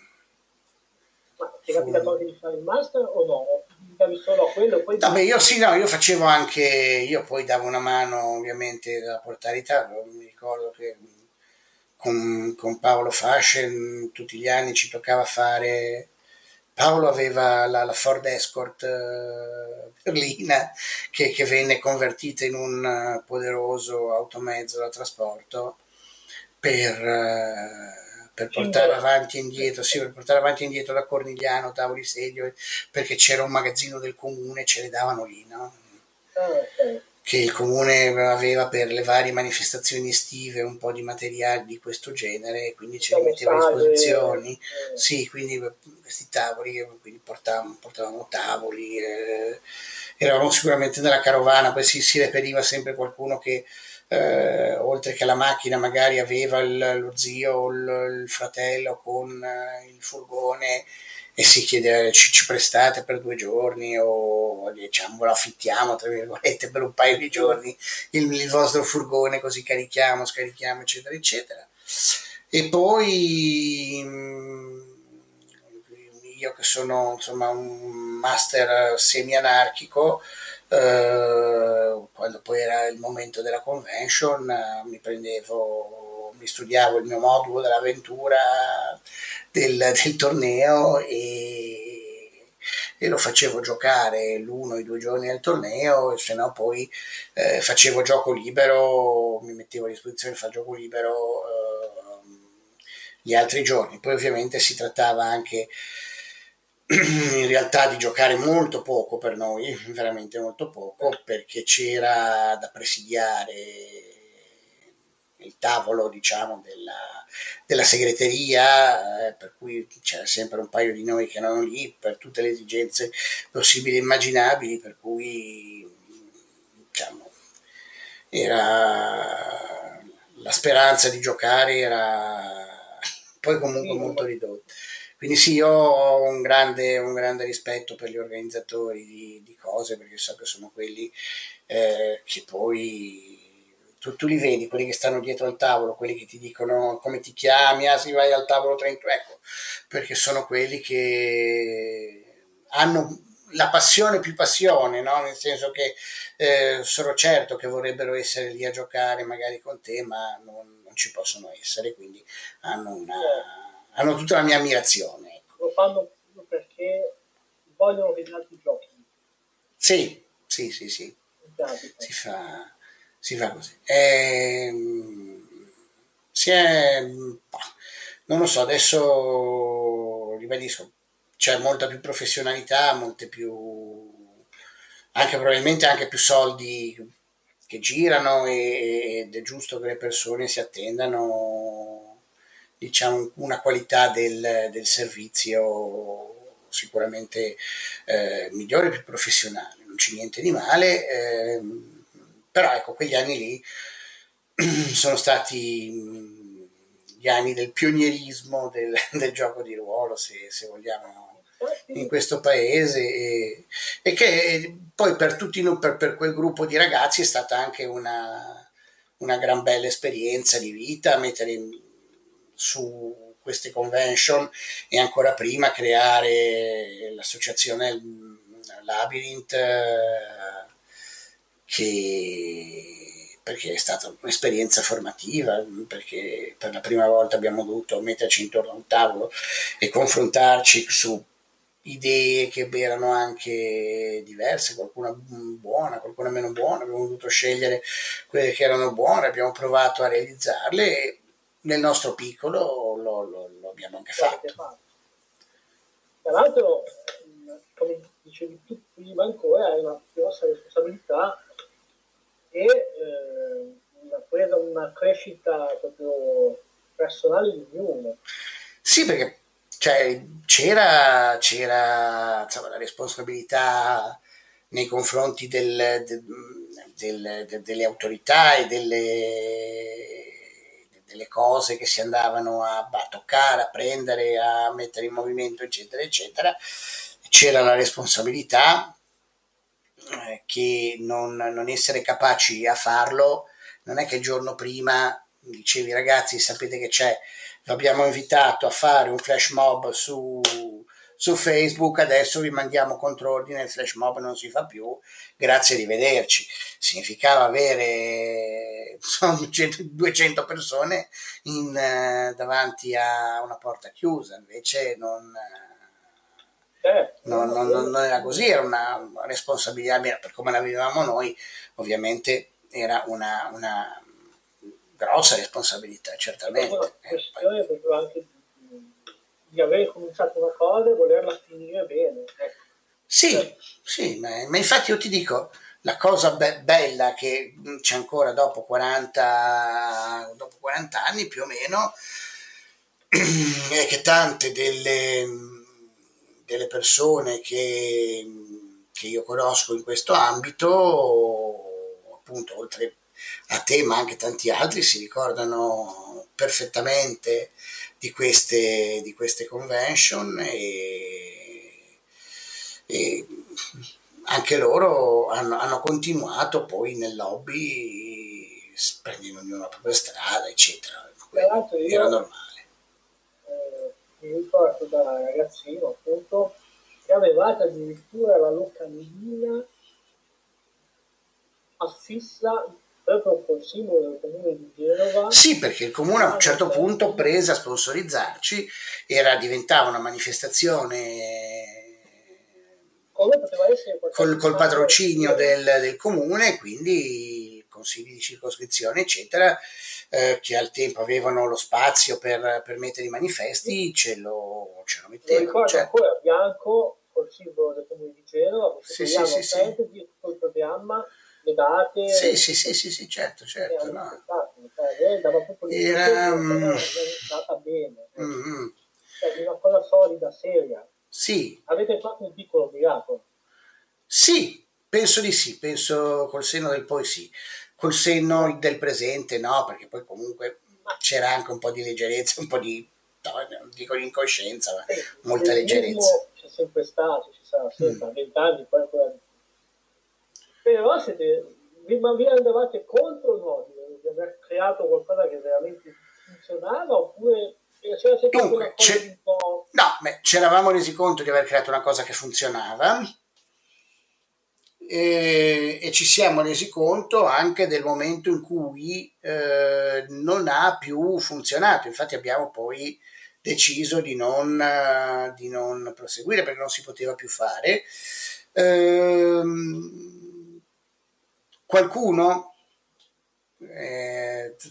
Ma ti è capitato anche di fare il master o no? Ti solo a quello, poi no, beh, io sì, no, io facevo anche, io poi davo una mano ovviamente da portare Italia, mi ricordo che con, con Paolo Fasce tutti gli anni ci toccava fare. Paolo aveva la, la Ford Escort eh, berlina che, che venne convertita in un eh, poderoso automezzo da trasporto per, eh, per portare Cingola. avanti e indietro, sì, per portare avanti e indietro da Cornigliano, tavoli sedio, perché c'era un magazzino del comune, ce le davano lì, no? Ah, ok. Che il comune aveva per le varie manifestazioni estive un po' di materiali di questo genere, quindi ce li Diciamo metteva a sale. disposizione. Eh, Sì, quindi questi tavoli, quindi portavamo, portavamo tavoli, eh, eravamo sicuramente nella carovana, poi si, si reperiva sempre qualcuno che eh, oltre che la macchina magari aveva il, lo zio o il, il fratello con eh, il furgone e si chiede ci, ci prestate per due giorni o diciamo lo affittiamo tra virgolette per un paio di giorni il, il vostro furgone così carichiamo, scarichiamo eccetera eccetera e poi mh, io che sono insomma un master semi anarchico eh, quando poi era il momento della convention eh, mi prendevo mi studiavo il mio modulo dell'avventura del, del torneo e, e lo facevo giocare l'uno o i due giorni del torneo e se no poi eh, facevo gioco libero, mi mettevo a disposizione di fare gioco libero eh, gli altri giorni. Poi ovviamente si trattava anche in realtà di giocare molto poco per noi, veramente molto poco, perché c'era da presidiare il tavolo, diciamo, della, della segreteria, eh, per cui c'era sempre un paio di noi che erano lì per tutte le esigenze possibili e immaginabili, per cui diciamo, era la speranza di giocare era poi comunque molto ridotta. Quindi sì, io ho un grande, un grande rispetto per gli organizzatori di, di cose, perché so che sono quelli eh, che poi tu, tu li vedi, quelli che stanno dietro al tavolo, quelli che ti dicono come ti chiami, ah sì vai al tavolo trenta, ecco, perché sono quelli che hanno la passione più passione, no? Nel senso che eh, sono certo che vorrebbero essere lì a giocare magari con te, ma non, non ci possono essere, quindi hanno, una, hanno tutta la mia ammirazione. Ecco. Lo fanno perché vogliono che gli altri giochino. Sì, sì, sì, sì. Si fa, si fa così. E, si è, non lo so, adesso ribadisco, c'è molta più professionalità, molte più, anche probabilmente anche più soldi che girano e, ed è giusto che le persone si attendano diciamo una qualità del, del servizio sicuramente eh, migliore e più professionale, non c'è niente di male, eh, però ecco quegli anni lì sono stati gli anni del pionierismo del, del gioco di ruolo, se, se vogliamo, in questo paese e, e che poi per tutti per, per quel gruppo di ragazzi è stata anche una, una gran bella esperienza di vita, mettere in, su queste convention e ancora prima creare l'associazione Labyrinth eh, che perché è stata un'esperienza formativa, perché per la prima volta abbiamo dovuto metterci intorno a un tavolo e confrontarci su idee che erano anche diverse, qualcuna buona, qualcuna meno buona, abbiamo dovuto scegliere quelle che erano buone, abbiamo provato a realizzarle e nel nostro piccolo lo, lo, lo abbiamo anche fatto. Tra l'altro, come dicevi tu prima ancora, hai una grossa responsabilità e eh, una presa, una crescita proprio personale di ognuno. Sì, perché cioè, c'era, c'era insomma, la responsabilità nei confronti del, del, del, de, delle autorità e delle, delle cose che si andavano a, a toccare, a prendere, a mettere in movimento, eccetera, eccetera. C'era la responsabilità eh, che non, non essere capaci a farlo, non è che il giorno prima dicevi ragazzi sapete che c'è, vi abbiamo invitato a fare un flash mob su, su Facebook, adesso vi mandiamo contrordine, il flash mob non si fa più, grazie, arrivederci. Significava avere duecento persone in, eh, davanti a una porta chiusa, invece non, Eh, non, non, non era così, era una responsabilità, per come la vivevamo noi, ovviamente era una, una grossa responsabilità, è certamente. una questione proprio anche di, di aver cominciato una cosa e volerla finire bene. Ecco. Sì, Cioè, sì, ma, ma infatti io ti dico, la cosa be- bella che c'è ancora dopo quaranta, dopo quaranta anni più o meno, è che tante delle, delle persone che, che io conosco in questo ambito, appunto, oltre a te, ma anche tanti altri, si ricordano perfettamente di queste, di queste convention e, e anche loro hanno, hanno continuato poi nel lobby, prendendo ognuno la propria strada, eccetera. tra l'altro Era io normale. eh, mi ricordo da ragazzino appunto che avevate addirittura la locandina affissa proprio col simbolo del comune di Genova. Sì, perché il comune a un certo punto prese a sponsorizzarci, era, diventava una manifestazione come poteva essere col, col patrocinio del, del, del comune, quindi i consigli di circoscrizione, eccetera, eh, che al tempo avevano lo spazio per, per mettere i manifesti, ce lo, ce lo mettevano. Lo ricordo certo. ancora bianco col simbolo del comune di Genova, sì, sì, sì, sì. di quel programma, le date. Sì, sì, sì, sì, sì, certo, certo. No. Era um, stata bene, mm-hmm. Cioè, una cosa solida, seria. Sì. Avete fatto un piccolo miracolo. Sì, penso di sì, penso col senno del poi sì, col senno del presente no, perché poi comunque c'era anche un po' di leggerezza, un po' di, no, non dico di incoscienza, ma sì, molta leggerezza. C'è sempre stato, ci sarà sempre, a vent'anni mm. poi ancora di più. Però siete, ma vi andavate contro no, di aver creato qualcosa che veramente funzionava oppure c'era sempre Dunque, cosa un po'... no, beh, ci eravamo resi conto di aver creato una cosa che funzionava. E, e ci siamo resi conto anche del momento in cui eh, non ha più funzionato, infatti abbiamo poi deciso di non, uh, di non proseguire perché non si poteva più fare. Ehm, qualcuno eh,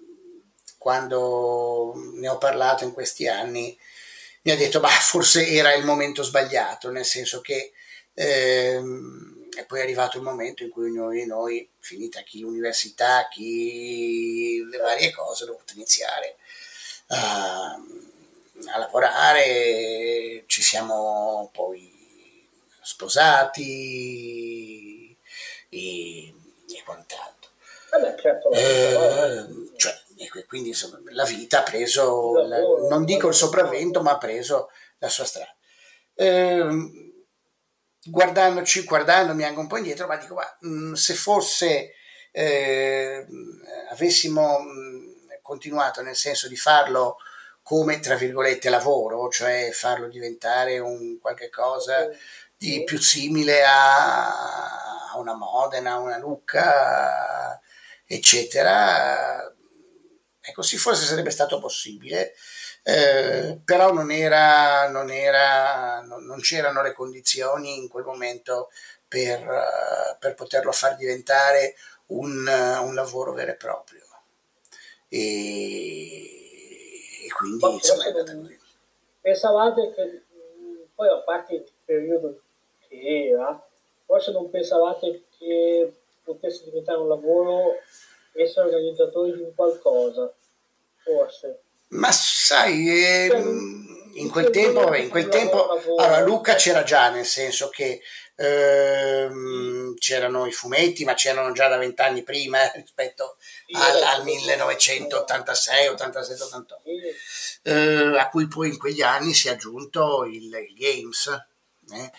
quando ne ho parlato in questi anni mi ha detto bah, forse era il momento sbagliato, nel senso che ehm, e poi è arrivato il momento in cui ognuno di noi, finita chi l'università, chi le varie cose, ho dovuto iniziare a, a lavorare, ci siamo poi sposati e, e quant'altro. Vabbè, certo, eh, cioè, quindi insomma, la vita ha preso, la, non dico il sopravvento, ma ha preso la sua strada. Eh, guardandoci, guardandomi anche un po' indietro, ma dico, ma mh, se fosse eh, avessimo mh, continuato nel senso di farlo come tra virgolette lavoro, cioè farlo diventare un qualche cosa di più simile a, a una Modena, a una Lucca, eccetera, ecco, sì, forse sarebbe stato possibile. Eh, però non era, non era, non, non c'erano le condizioni in quel momento per, uh, per poterlo far diventare un, uh, un lavoro vero e proprio. E, e quindi ma insomma è andata così. Pensavate che poi a parte il periodo che era, forse non pensavate che potesse diventare un lavoro essere organizzatori di un qualcosa, forse. Ma sai, eh, in quel tempo, in quel tempo allora, Lucca c'era già, nel senso che ehm, c'erano i fumetti, ma c'erano già da vent'anni prima eh, rispetto al, al millenovecentottantasei, ottantasette, ottantotto, eh, a cui poi in quegli anni si è aggiunto il, il Games. Eh?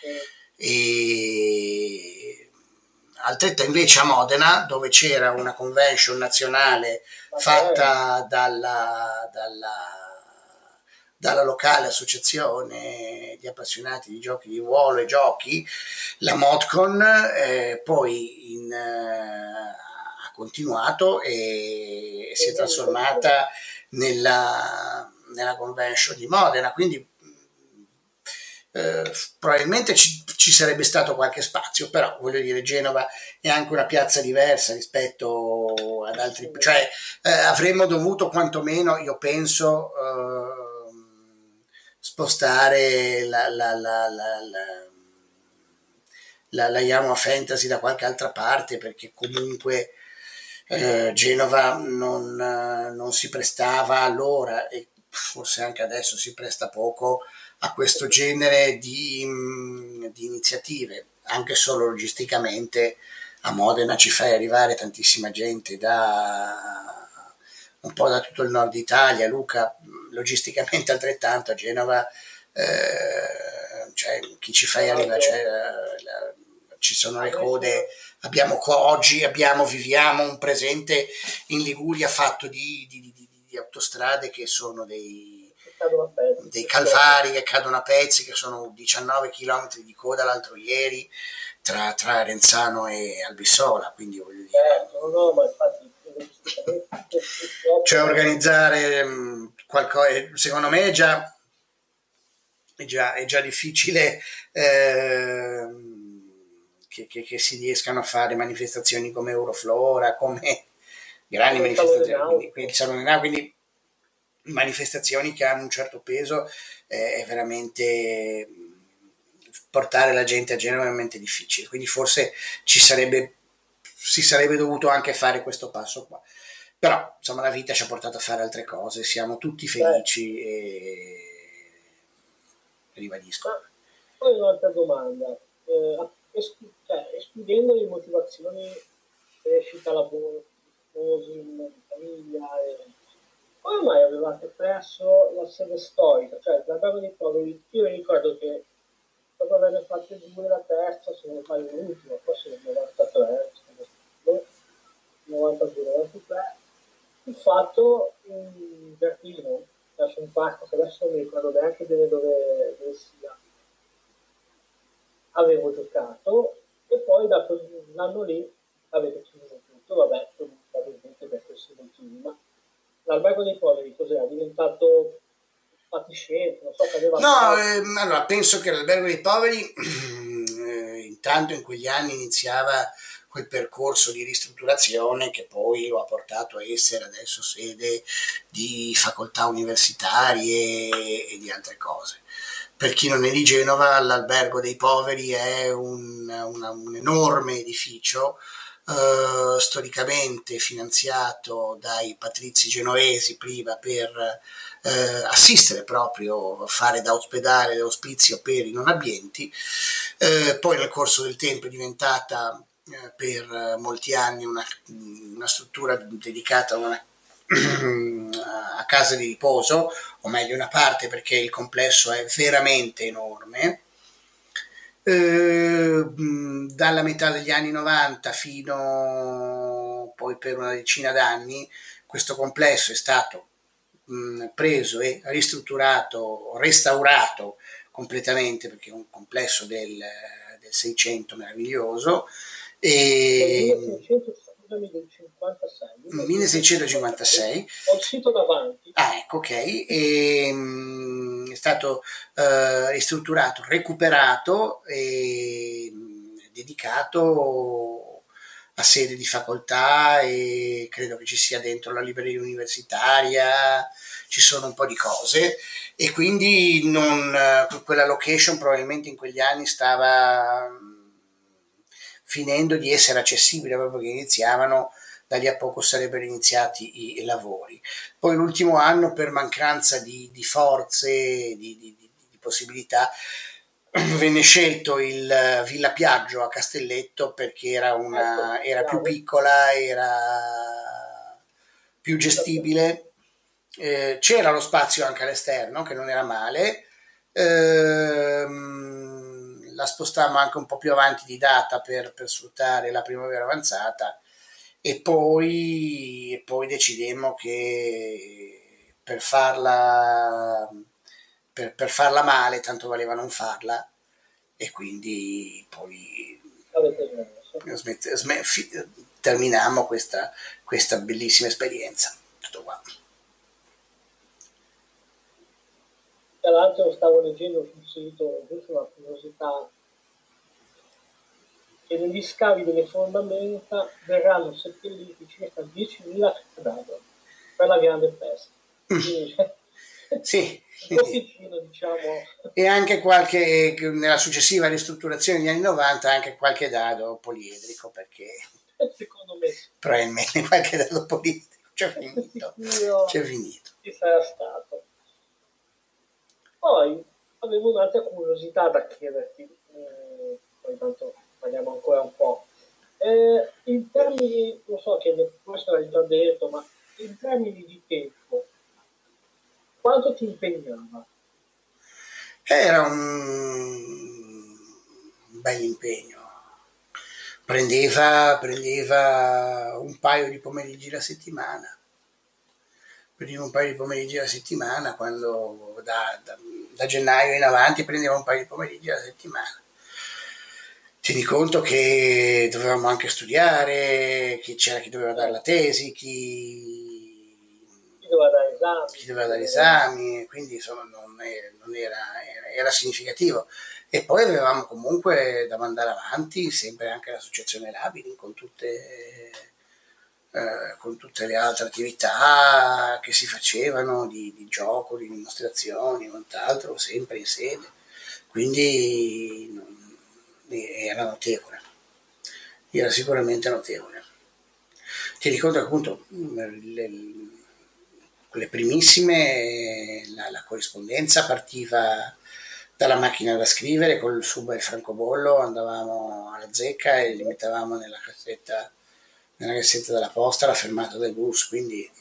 E altrettanto invece a Modena, dove c'era una convention nazionale fatta dalla, dalla, dalla locale associazione di appassionati di giochi di ruolo e giochi, la Modcon, eh, poi in, eh, ha continuato e si è trasformata nella, nella convention di Modena, quindi eh, probabilmente ci, ci sarebbe stato qualche spazio, però voglio dire, Genova è anche una piazza diversa rispetto ad altri, cioè eh, avremmo dovuto quantomeno, io penso, eh, spostare la, la, la, la, la la, la Yamaha Fantasy da qualche altra parte, perché comunque eh, Genova non, non si prestava allora, e forse anche adesso si presta poco, a questo genere di, di iniziative. Anche solo logisticamente a Modena ci fai arrivare tantissima gente da un po' da tutto il nord Italia, Lucca logisticamente altrettanto, a Genova eh, cioè, chi ci fai arrivare, cioè, la, ci sono le code, abbiamo oggi abbiamo, viviamo un presente in Liguria fatto di, di, di, di autostrade che sono dei, dei calvari che cadono a pezzi, che sono diciannove chilometri di coda l'altro ieri tra, tra Renzano e Albissola, quindi voglio dire, eh, no, ma infatti cioè organizzare mh, qualcosa, secondo me è già è già, è già difficile eh, che, che, che si riescano a fare manifestazioni come Euroflora, come grandi manifestazioni, quindi, quindi, quindi manifestazioni che hanno un certo peso, eh, è veramente, portare la gente a Genova è veramente difficile, quindi forse ci sarebbe, si sarebbe dovuto anche fare questo passo qua. Però insomma la vita ci ha portato a fare altre cose, siamo tutti felici e ribadisco. Ma poi un'altra domanda, eh, esclu- cioè, escludendo le motivazioni crescita, lavoro, sposi, famiglia, e... come mai avevate perso la sede storica? Cioè, l'albergo dei poveri, io mi ricordo che dopo averne fatte due, la terza, se non sbaglio l'ultima, forse nel novantatré, novantadue novantatré, il fatto in giardino, verso un parco che adesso non mi ricordo neanche bene dove, dove sia, avevo giocato e poi da quell'anno lì avete chiuso tutto, vabbè, probabilmente per questi motivi, ma l'albergo dei poveri cos'era? È diventato fatiscente, non so che aveva... No, ehm, allora penso che l'albergo dei poveri eh, intanto in quegli anni iniziava quel percorso di ristrutturazione che poi lo ha portato a essere adesso sede di facoltà universitarie e di altre cose. Per chi non è di Genova, l'albergo dei poveri è un, una, un enorme edificio eh, storicamente finanziato dai patrizi genovesi prima per eh, assistere proprio, fare da ospedale, da ospizio per i non abbienti, eh, poi nel corso del tempo è diventata eh, per molti anni una, una struttura dedicata a una a casa di riposo, o meglio una parte, perché il complesso è veramente enorme. Eh, dalla metà degli anni novanta fino poi per una decina d'anni questo complesso è stato mh, preso e ristrutturato, restaurato completamente, perché è un complesso del, del seicento meraviglioso. E milleseicentocinquantasei. Ho il sito davanti. Ah, ecco, ok. E, mh, è stato eh, ristrutturato, recuperato e mh, dedicato a sede di facoltà, e credo che ci sia dentro la libreria universitaria, ci sono un po' di cose, e quindi non, quella location probabilmente in quegli anni stava finendo di essere accessibile, proprio che iniziavano da lì a poco sarebbero iniziati i, i lavori. Poi l'ultimo anno, per mancanza di, di forze, di, di, di, di possibilità, venne scelto il Villa Piaggio a Castelletto perché era, una, era più piccola, era più gestibile, eh, c'era lo spazio anche all'esterno che non era male, ehm, la spostammo anche un po' più avanti di data per, per sfruttare la primavera avanzata e poi, e poi decidemmo che per farla per, per farla male tanto valeva non farla e quindi poi smette, sm- fi- terminammo questa, questa bellissima esperienza. Tutto qua. Tra l'altro stavo leggendo sul sito, giusto una curiosità, che negli scavi delle fondamenta verranno seppelliti circa diecimila cadaveri per la grande festa. Quindi, sì, un posticino, diciamo. E anche qualche, nella successiva ristrutturazione degli anni novanta, anche qualche dado poliedrico, perché secondo me probabilmente qualche dado poliedrico c'è finito. C'è finito. Ci sarà stato. Poi avevo un'altra curiosità da chiederti, eh, poi tanto parliamo ancora un po'. Eh, in termini, lo so che questo l'hai già detto, ma in termini di tempo, quanto ti impegnava? Era un bel impegno. Prendeva, prendeva un paio di pomeriggi la settimana. Prendevo un paio di pomeriggi alla settimana, quando da, da, da gennaio in avanti prendeva un paio di pomeriggi alla settimana. Tieni conto che dovevamo anche studiare, chi c'era chi doveva dare la tesi, chi, chi doveva dare esami, chi doveva dare esami, quindi insomma non, è, non era, era, era significativo. E poi avevamo comunque da mandare avanti sempre anche l'associazione Labili con tutte, eh, con tutte le altre attività che si facevano di, di gioco, di dimostrazioni, quant'altro, sempre in sede. Quindi non, era notevole, era sicuramente notevole. Ti ricordo appunto le, le primissime, la, la corrispondenza partiva dalla macchina da scrivere col subo e il francobollo, andavamo alla zecca e li mettevamo nella cassetta, nella cassetta della posta, alla fermata del bus, quindi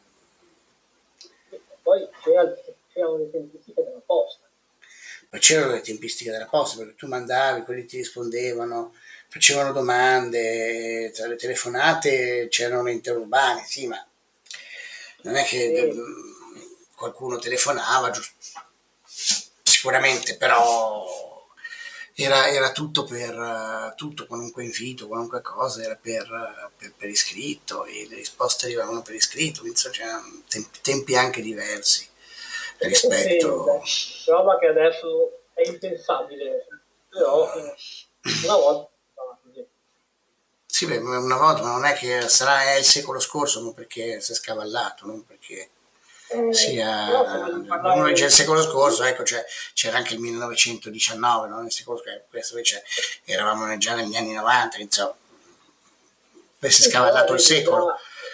poi c'erano le tempistiche della posta. Poi c'erano le tempistiche della posta, perché tu mandavi, quelli ti rispondevano, facevano domande, tra le telefonate c'erano le interurbane, sì, ma non è che sì. Qualcuno telefonava, giusto? Sicuramente, però era, era tutto per tutto, qualunque invito, qualunque cosa era per, per, per iscritto e le risposte arrivavano per iscritto, quindi c'erano tempi, tempi anche diversi rispetto. Sì, roba che adesso è impensabile, però una volta stava così. Sì, beh, una volta, ma non è che sarà il secolo scorso, ma perché si è scavallato, non perché eh, sia uno dice il secolo scorso, ecco, cioè, c'era anche il millenovecentodiciannove, no? Nel secolo scorso, questo invece eravamo già negli anni novanta, insomma, poi si è scavallato il secolo.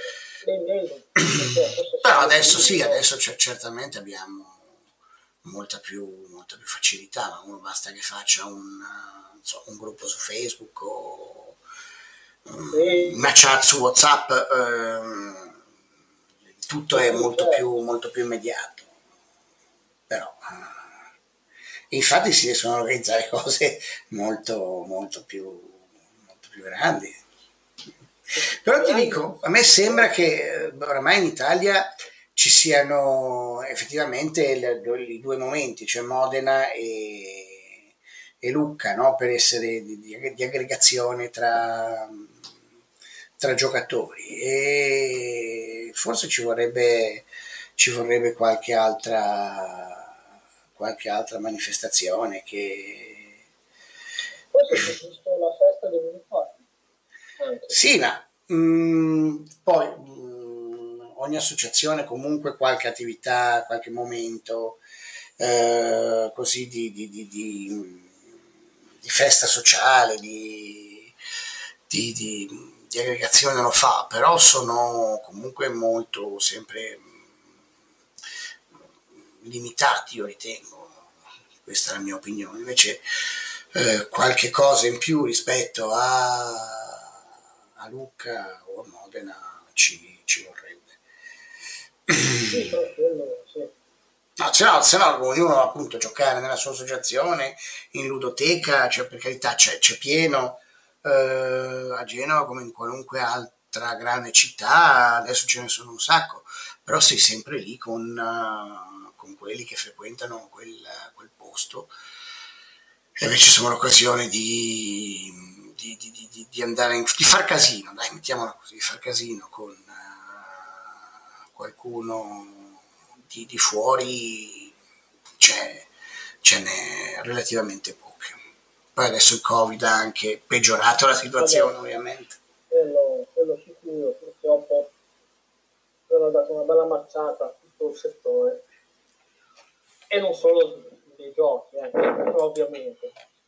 Però adesso sì, adesso certamente abbiamo molta più, molta più facilità, ma uno basta che faccia un, so, un gruppo su Facebook o una chat su WhatsApp, ehm, tutto è molto più, molto più immediato. Però eh, infatti si riescono a organizzare cose molto, molto più, molto più grandi. Però ti dico, a me sembra che oramai in Italia ci siano effettivamente i due momenti, cioè Modena e, e Lucca, no? Per essere di, di, di aggregazione tra, tra giocatori, e forse ci vorrebbe, ci vorrebbe qualche altra, qualche altra manifestazione che... Forse c'è giusto la festa dell'uniforme. Sì, ma mh, poi mh, ogni associazione comunque qualche attività, qualche momento eh, così di, di, di, di, di festa sociale, di, di, di, di aggregazione lo fa, però sono comunque molto sempre limitati, io ritengo, questa è la mia opinione. Invece eh, qualche cosa in più rispetto a, a Lucca o a Modena ci, ci vorrebbe. Sì, però quello, sì. No, se no, se no ognuno appunto giocare nella sua associazione, in ludoteca, cioè, per carità c'è, c'è pieno eh, a Genova come in qualunque altra grande città, adesso ce ne sono un sacco, però sei sempre lì con, uh, con quelli che frequentano quel, quel posto, e invece sono l'occasione di, di, di, di, di andare in, di far casino, dai, mettiamola così, di far casino con uh, qualcuno di, di fuori, c'è, ce n'è relativamente poche. Poi adesso il Covid ha anche peggiorato la situazione, Vabbè, ovviamente. quello, quello sicuro, purtroppo hanno dato una bella mazzata a tutto il settore, e non solo dei giochi, eh, ovviamente.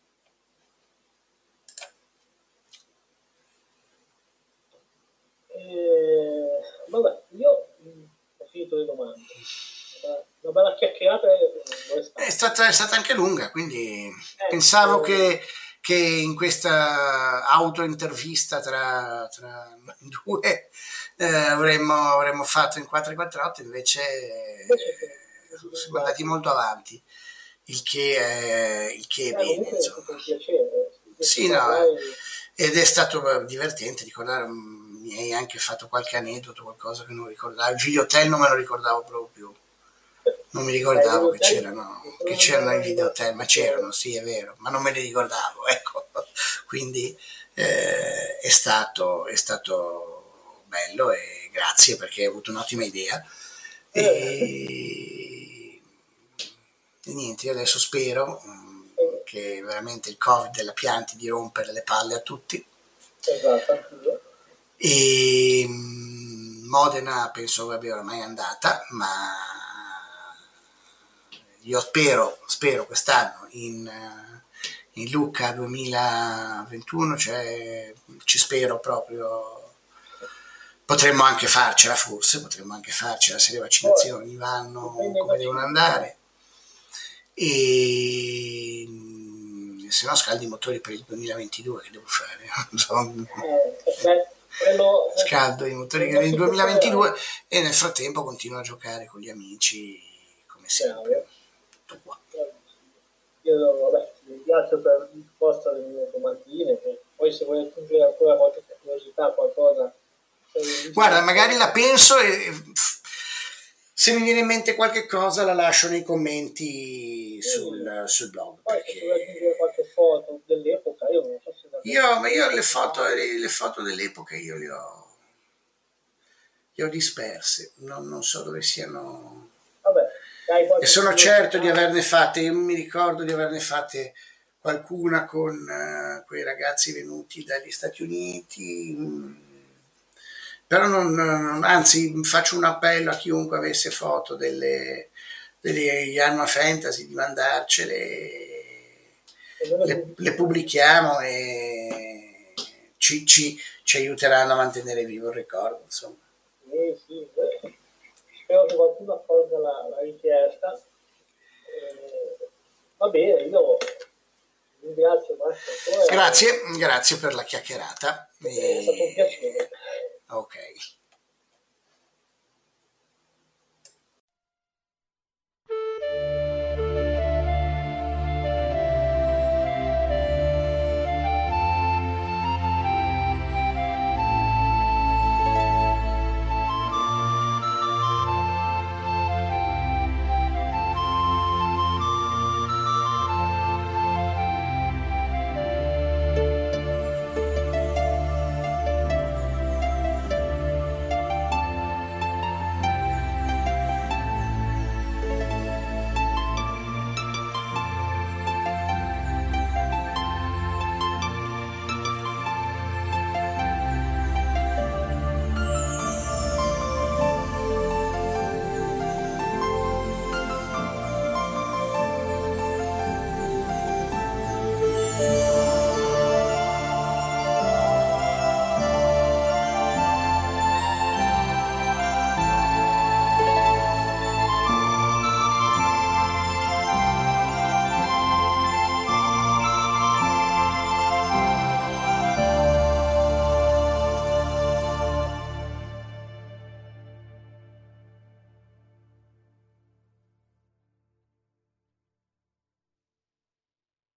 E, vabbè, io mh, ho finito le domande. Una bella chiacchierata è stata. È stata, è stata anche lunga, quindi Eh, pensavo eh, che, che in questa auto-intervista tra, tra noi due eh, avremmo, avremmo fatto in quattro quattro otto, invece eh, siamo andati molto avanti, il che è, il che è eh, bene, comunque è insomma. stato un piacere. Sì, no, eh, ed è stato divertente ricordare, mi hai anche fatto qualche aneddoto, qualcosa che non ricordavo. Il videotel non me lo ricordavo proprio più. Non mi ricordavo che c'erano, che c'erano i videotel, ma c'erano, sì, è vero, ma non me li ricordavo, ecco. Quindi eh, è stato, è stato bello, e grazie perché hai avuto un'ottima idea. E, e niente, io adesso spero mh, che veramente il Covid la pianti di rompere le palle a tutti. Esatto, anch'io. E mh, Modena penso vabbè oramai è andata, ma io spero, spero quest'anno in, in Lucca duemilaventuno, cioè ci spero proprio, potremmo anche farcela forse, potremmo anche farcela se le vaccinazioni vanno come devono andare, e se no scaldi i motori per il duemilaventidue, che devo fare? Eh, quello, scaldo i motori per il duemilaventidue e nel frattempo continuo a giocare con gli amici come sempre. Tutto qua. Io vabbè, ti ringrazio per la risposta delle mie domandine, che poi se vuoi aggiungere ancora qualche curiosità, qualcosa. Guarda, magari la penso e se mi viene in mente qualche cosa la lascio nei commenti sì. sul, sul blog. Poi perché... se vuoi aggiungere qualche foto dell'epoca, io non so se io, ma io le foto, le, le foto dell'epoca io le ho, le ho disperse, non, non so dove siano. Vabbè, dai, e sono certo di averne fatte, io mi ricordo di averne fatte qualcuna con uh, quei ragazzi venuti dagli Stati Uniti, mh, però non, non, anzi faccio un appello a chiunque avesse foto delle, delle Anima Fantasy di mandarcele, le, le pubblichiamo e ci, ci, ci aiuteranno a mantenere vivo il ricordo, insomma. Sì, sì, beh. Spero che qualcuno accolga la, la richiesta. Eh, va bene, io vi ringrazio Massimo. Grazie, grazie per la chiacchierata. È stato un piacere. Ok.